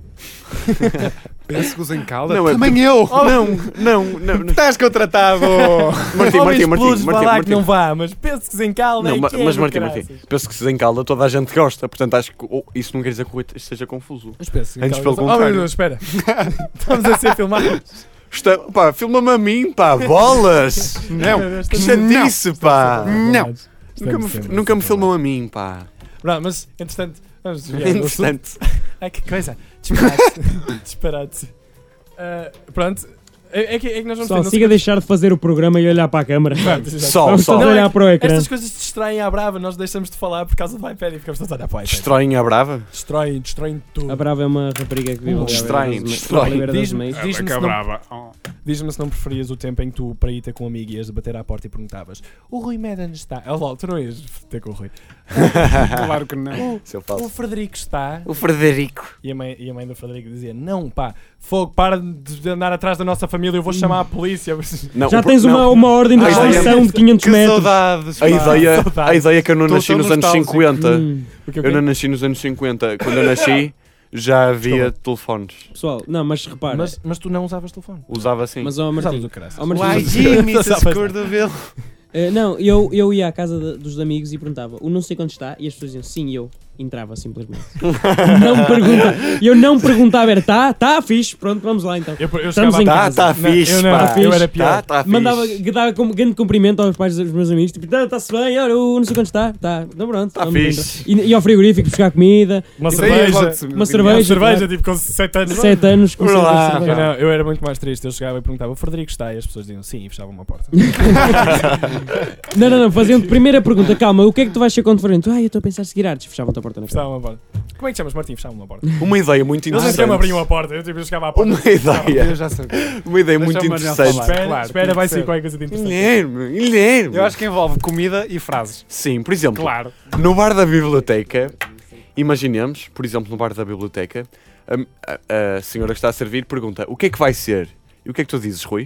Pêssegos em calda? Não, é Também porque- eu! Não, não, não. não. Estás contratado! Martim, homens Martim, Martim, peludos, vá Martim, lá Martim. que não vá, mas pêssegos em calda Não, é ma- que é mas do Martim, caraças. Martim, penso que se em calda toda a gente gosta, portanto acho que oh, isso não quer dizer que o Rui esteja confuso. Mas pêssegos em Antes calda- pelo Oh meu contrário. Deus, espera. Estamos a ser filmados. Está, pá, filma-me a mim, pá, bolas! Não! Que chatice, pá! Não. Nunca me, nunca me filmam a mim, pá. Pronto, mas entretanto, vamos desviar do assunto. Interessante. Ai que coisa. Disparate. Disparate. Ah, pronto. É, é que, é que nós vamos Pessoal, ter, não siga a deixar de fazer o programa e olhar para a câmara. sei- Só, Vamos só. todos Não, é olhar que para o ecrã. Estas coisas distraem à brava, nós deixamos de falar por causa do iPad e ficamos todos a olhar para o iPad. Destroem a brava? Destroem, destroem tudo. A Brava é uma rapariga que vive ali à Distraem, beira das- distraem. à beira das Diz-me meias. diz-me se, não- brava. Oh. diz-me se não preferias o tempo em que tu, para ir ter com um amigo, ias bater à porta e perguntavas: o Rui Medan está. Oh, lol, tu não ias ter com o Rui. Claro que não. Se eu O faço. Frederico está. O Frederico. E a, mãe, e a mãe do Frederico dizia: não, pá, fogo, para de andar atrás da nossa família, eu vou chamar a polícia. Não, Já o pro- tens uma, não. uma ordem de A ideia- restrição de quinhentos Que metros. saudades! A pá. ideia, saudades. a ideia é que eu não Estou nasci tão nos anos nostálgico. cinquenta. Hum. Porque Eu não nasci nos anos cinquenta. Quando eu nasci, já havia telefones. Pessoal, não, mas repara. mas, mas tu não usavas telefone. Usava assim. Mas, ó Usavas Martim, o caraças. ó, Martim, Uai, mas- Jimmy, Não se sabes cor do velo. Eh, não, eu, eu ia à casa de- dos amigos e perguntava: o não sei quando está, e as pessoas diziam sim, e eu entrava simplesmente. não pergunta, eu não perguntava, era tá, tá, fixe, pronto, vamos lá então. Eu, eu Estamos chegava em a- Tá, casa. tá Não, fixe, eu não, pá. eu era pior. Tá, tá Mandava, fixe. dava com grande cumprimento aos pais dos meus amigos, tipo, está-se bem, olha, eu não sei quando está, tá, então pronto. Tá vamos fixe. entrar. E, e ao frigorífico buscar comida, Uma Isso aí é cerveja. logo de- uma Uma cerveja, cerveja, tipo com sete anos. sete anos, com Olá. cerveja, Eu, cerveja. não, eu era muito mais triste. Eu chegava e perguntava: o Frederico está? E as pessoas diziam sim e fechavam uma porta. Não, não, não, faziam primeira pergunta, calma, o que é que tu vais ser quando forem? Tu, ah, eu estou a pensar em seguir artes, fechavam-te a porta na cara. Fechavam uma porta. Como é que chamas, Martim? Fechavam uma porta. Uma ideia muito Eles nem sequer me interessante. abriam a porta. Eu, tipo, eu chegava à porta. Uma Eu ideia. já sabia. Uma ideia Deixa muito o Manuel interessante. falar. Espera, Claro, espera, tem vai que ser ser. qualquer coisa de interessante. Guilherme, Guilherme. Eu acho que envolve comida e frases. Sim, por exemplo, Claro. no bar da biblioteca, imaginemos, por exemplo, no bar da biblioteca, a, a- a senhora que está a servir pergunta: o que é que vai ser? E o que é que tu dizes, Rui?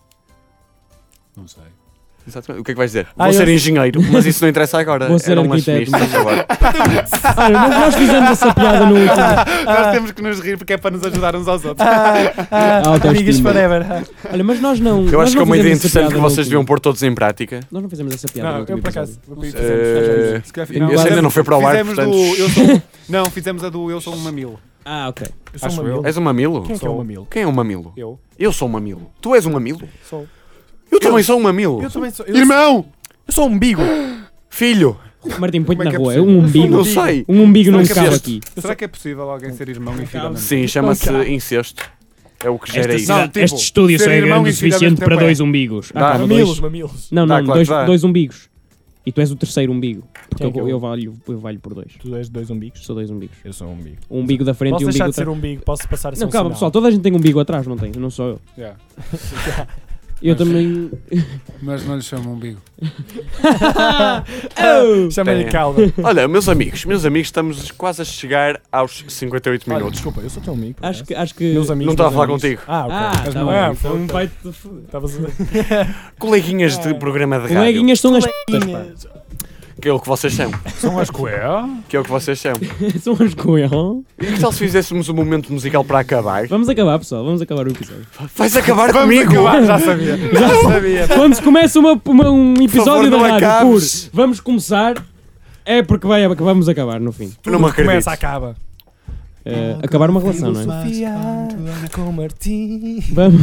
Não sei. Exatamente. O que é que vais dizer? Ah, Vou eu- ser engenheiro, mas isso não interessa agora. Vou ser Era um arquiteto. machinista, por favor. Olha, nós- nós fizemos essa piada no último. Nós temos que nos rir porque é para nos ajudar uns aos outros. Ah, Autoestima. amigas forever. Olha, mas nós não. Eu nós acho que não é uma ideia fizemos essa interessante que piada no vocês último. deviam pôr todos em prática. Nós não fizemos essa piada. Não, no eu último por episódio. acaso. eu Eh, Se calhar Não, fizemos- essa ainda não foi para o ar, fizemos portanto. do eu sou... Não, fizemos a do Eu Sou um Mamilo. Ah, ok. Eu sou um Acho mamilo. eu. És um mamilo? Quem é que é um mamilo? Quem é um mamilo? Eu. Eu sou um mamilo. Tu és um mamilo? Sou. Eu também sou um mamilo. Eu também sou. Eu, Irmão! eu sou um umbigo. Filho, Martim, põe-te Como é na que é rua. É possível? um umbigo. não sei. Um umbigo não Será que é cabe possível? aqui. Será que é possível alguém ser irmão e filho ao mesmo Sim, chama-se Não, cara. incesto. É o que gera Este, isso. Não, tipo, este estúdio ser só é irmão grande o e filho ao suficiente mesmo para tempo dois é. umbigos. Ah, Dá. calma, Mamilos, dois. mamilos. Não, Dá, não, claro dois, que dá. dois umbigos. E tu és o terceiro umbigo. Porque Quem é que eu, é o- eu, valho, eu valho por dois. Tu és dois umbigos? Sou dois umbigos. Eu sou um umbigo. Um umbigo da frente Posso e um deixar umbigo de ser atrás. um umbigo? Posso passar a ser Não, um calma, sinal? pessoal. Toda a gente tem um umbigo atrás, não tem? Não sou eu. Yeah. Eu também. Mas não lhe chamo umbigo. Oh! Chama-lhe Tem. calma. Olha, meus amigos, meus amigos, estamos quase a chegar aos cinquenta e oito Olha, minutos. desculpa, eu sou teu amigo. por Acho acaso. que. Acho que... Meus amigos. Não estava a falar meus amigos. contigo. Ah, ok. Ah, Mas tá não bem. é, Então foi- vai-te. Estavas a Coleguinhas de programa de rádio. Coleguinhas são as putas, pá. Que é o que vocês são. São as coelhas? Que é o que vocês são. São as coelhas. E que tal se fizéssemos um momento musical para acabar? Vamos acabar, pessoal. Vamos acabar o episódio. Vais acabar Vamos comigo! acabar, já sabia. Já sabia. Quando se começa uma, uma- um episódio favor, da não rádio acabes. por vamos começar, é porque vai, vamos acabar no fim. Eu não me acredito. Começa, acaba. Eh, acabar uma relação, não é? Filosofia com Martim. Vamos.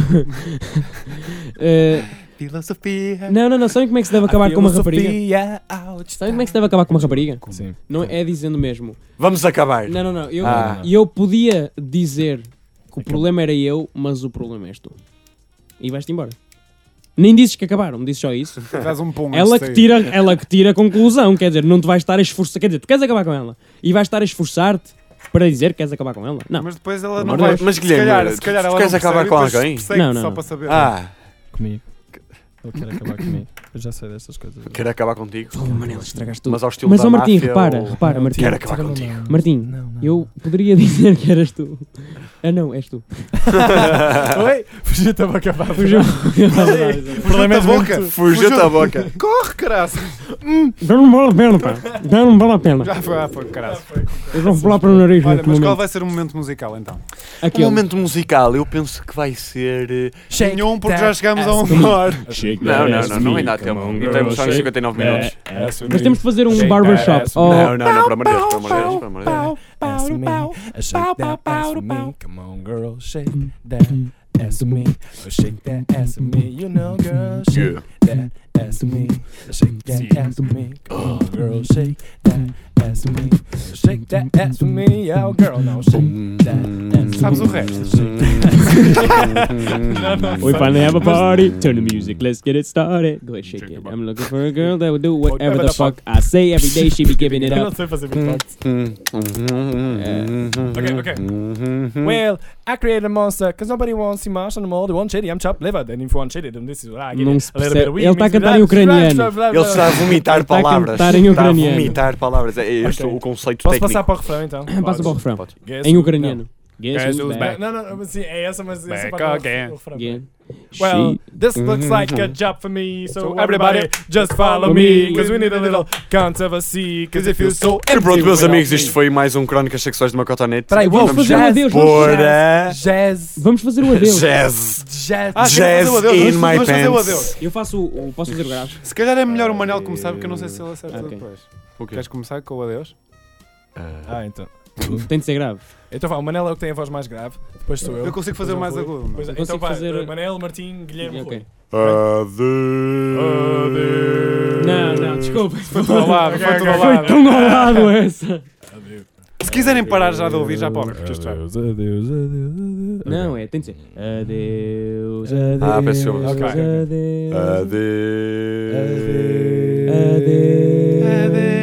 Eh, Filosofia. não, não, não. Sabem como é que se deve acabar com uma rapariga? Filosofia out. Sabem como é que se deve acabar com uma rapariga? Sim. Não é dizendo mesmo. Vamos acabar. Não, não, não. Eu, Ah. eu podia dizer que o problema era eu, mas o problema és tu. E vais-te embora. Nem dizes que acabaram, dizes só isso. Traz um pão Ela antes que, de tira, ela que tira a conclusão, quer dizer, não te vais estar a esforçar. Quer dizer, tu queres acabar com ela e vais estar a esforçar-te para dizer que queres acabar com ela? sair. Não. Mas depois ela Pelo não amor de vai. Deus. Mas, se Guilherme, calhar, tu- se calhar tu ela queres não acabar percebe com e depois alguém? persegue Não, não, só não. para saber. Ah, Comigo. Ele quer acabar comigo. Eu já sei destas coisas. Quero acabar contigo. Oh, Manel, estragaste tudo. Mas ao estilo Mas, da ó Martim, máfia, repara, ou- repara, Martim. Quero acabar contigo. Martim, Não, não. eu poderia dizer que eras tu. Ah, não, és tu. Oi? Fugiu-te a boca abaixo. Fugiu. O problema é da boca. mesmo tu. Fugiu-te a boca. Corre, caraças. Já não vale a pena, pá. Já não vale a pena. Já foi, já foi, caraças. Eu vou falar para o nariz Olha, neste mas qual momento. vai ser o momento musical então? Um Aquele. momento musical, eu penso que vai ser. eh, Shake Nenhum, porque já that chegámos a ass. uma hora. Não, não, não, não ainda há tempo. E temos só cinquenta e nove minutos. Mas temos de fazer um Shake barbershop. that ass. Oh, Não, não, não, pelo amor de Deus, pelo amor de Deus, pelo amor de Deus. Ass to me, uh, shake that ass to me. Come on, girl, shake that ass to me. Uh, shake that ass to me. You know, girl, shake that ass to me. Uh, shake that ass to me. Come on, girl, shake that ass to me. Uh, shake that ass to me. Yeah, girl, now shake that ass to Sabes me. o resto? we finally have a party. Turn the music, let's get it started. Go ahead, shake it. I'm looking for a girl that would do whatever the fuck I say every day. She be giving it Eu não up. sei fazer beatbox. Okay, okay. Well, I created a monster because nobody wants to march on the mall. They want shitty, I'm chopped liver. Then if you want shitty, then this is what I get. Não it. se A little bit of percebe. weed Ele está a mixed with cantar em that. ucraniano. Ele está a vomitar Está a palavras. cantar em Está a ucraniano. vomitar palavras. É este Ok. o conceito Posso técnico. passar para o refrão então? Passa para o refrão. Pode. Guess Em who- ucraniano. Guess Guess who's who's back. Não, não, não, sim, é essa, mas essa Back parte do again. refrão. Again. Well, She- this looks like a job for me, so, So everybody, everybody just follow me, because we need a little controversy, because it feels so E empty pronto, meus without amigos, me. isto foi mais um Crónicas Sexuais de uma Cotonete. Peraí, Vamos wow, fazer um jazz, adeus, Para jazz, Vamos fazer o adeus. Jazz. jazz. Ah, Jazz quero fazer o adeus. in Vamos- my vamos fazer o pants. adeus. Eu faço o. o- Posso fazer o grave? Se calhar é melhor o Manel começar, porque eu não sei se ele acerta Ok. depois. O quê? Queres começar com o adeus? Ah, então. Tem de ser grave. Então vá, o Manel é o que tem a voz mais grave, depois sou eu. Eu consigo fazer o mais Depois eu agudo. Depois- Eu então consigo vai, fazer- Manel, Martim, Guilherme, Ok. Rui. Adeus. Não, não, desculpa. Foi tudo ao lado, foi tudo ao Foi lado. tão ao lado essa. Se quiserem parar já de ouvir, já podem, porque isto vai. Adeus, adeus, adeus, adeus. Não, é, tem de ser. Adeus, adeus. Ah, peço desculpa. Adeus, Ok. adeus. Adeus. Adeus.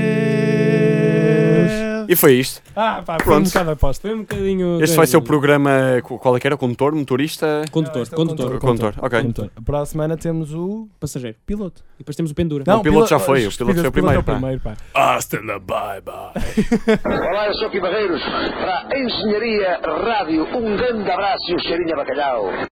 E foi isto. Ah, pá, foi um Pronto. bocado aposta. Foi um bocadinho. Este vai ser o programa. Qual é que era? Condutor? Motorista? Condutor, Este é o condutor. Condutor, ok. Condutor. Para a semana temos o Passageiro. piloto. E depois temos o pendura. Não, o piloto já foi, o piloto foi o primeiro, pá. pá. Hasta la bye bye. Olá, eu sou Pi Barreiros para a Engenharia Rádio. Um grande abraço e um cheirinho a bacalhau.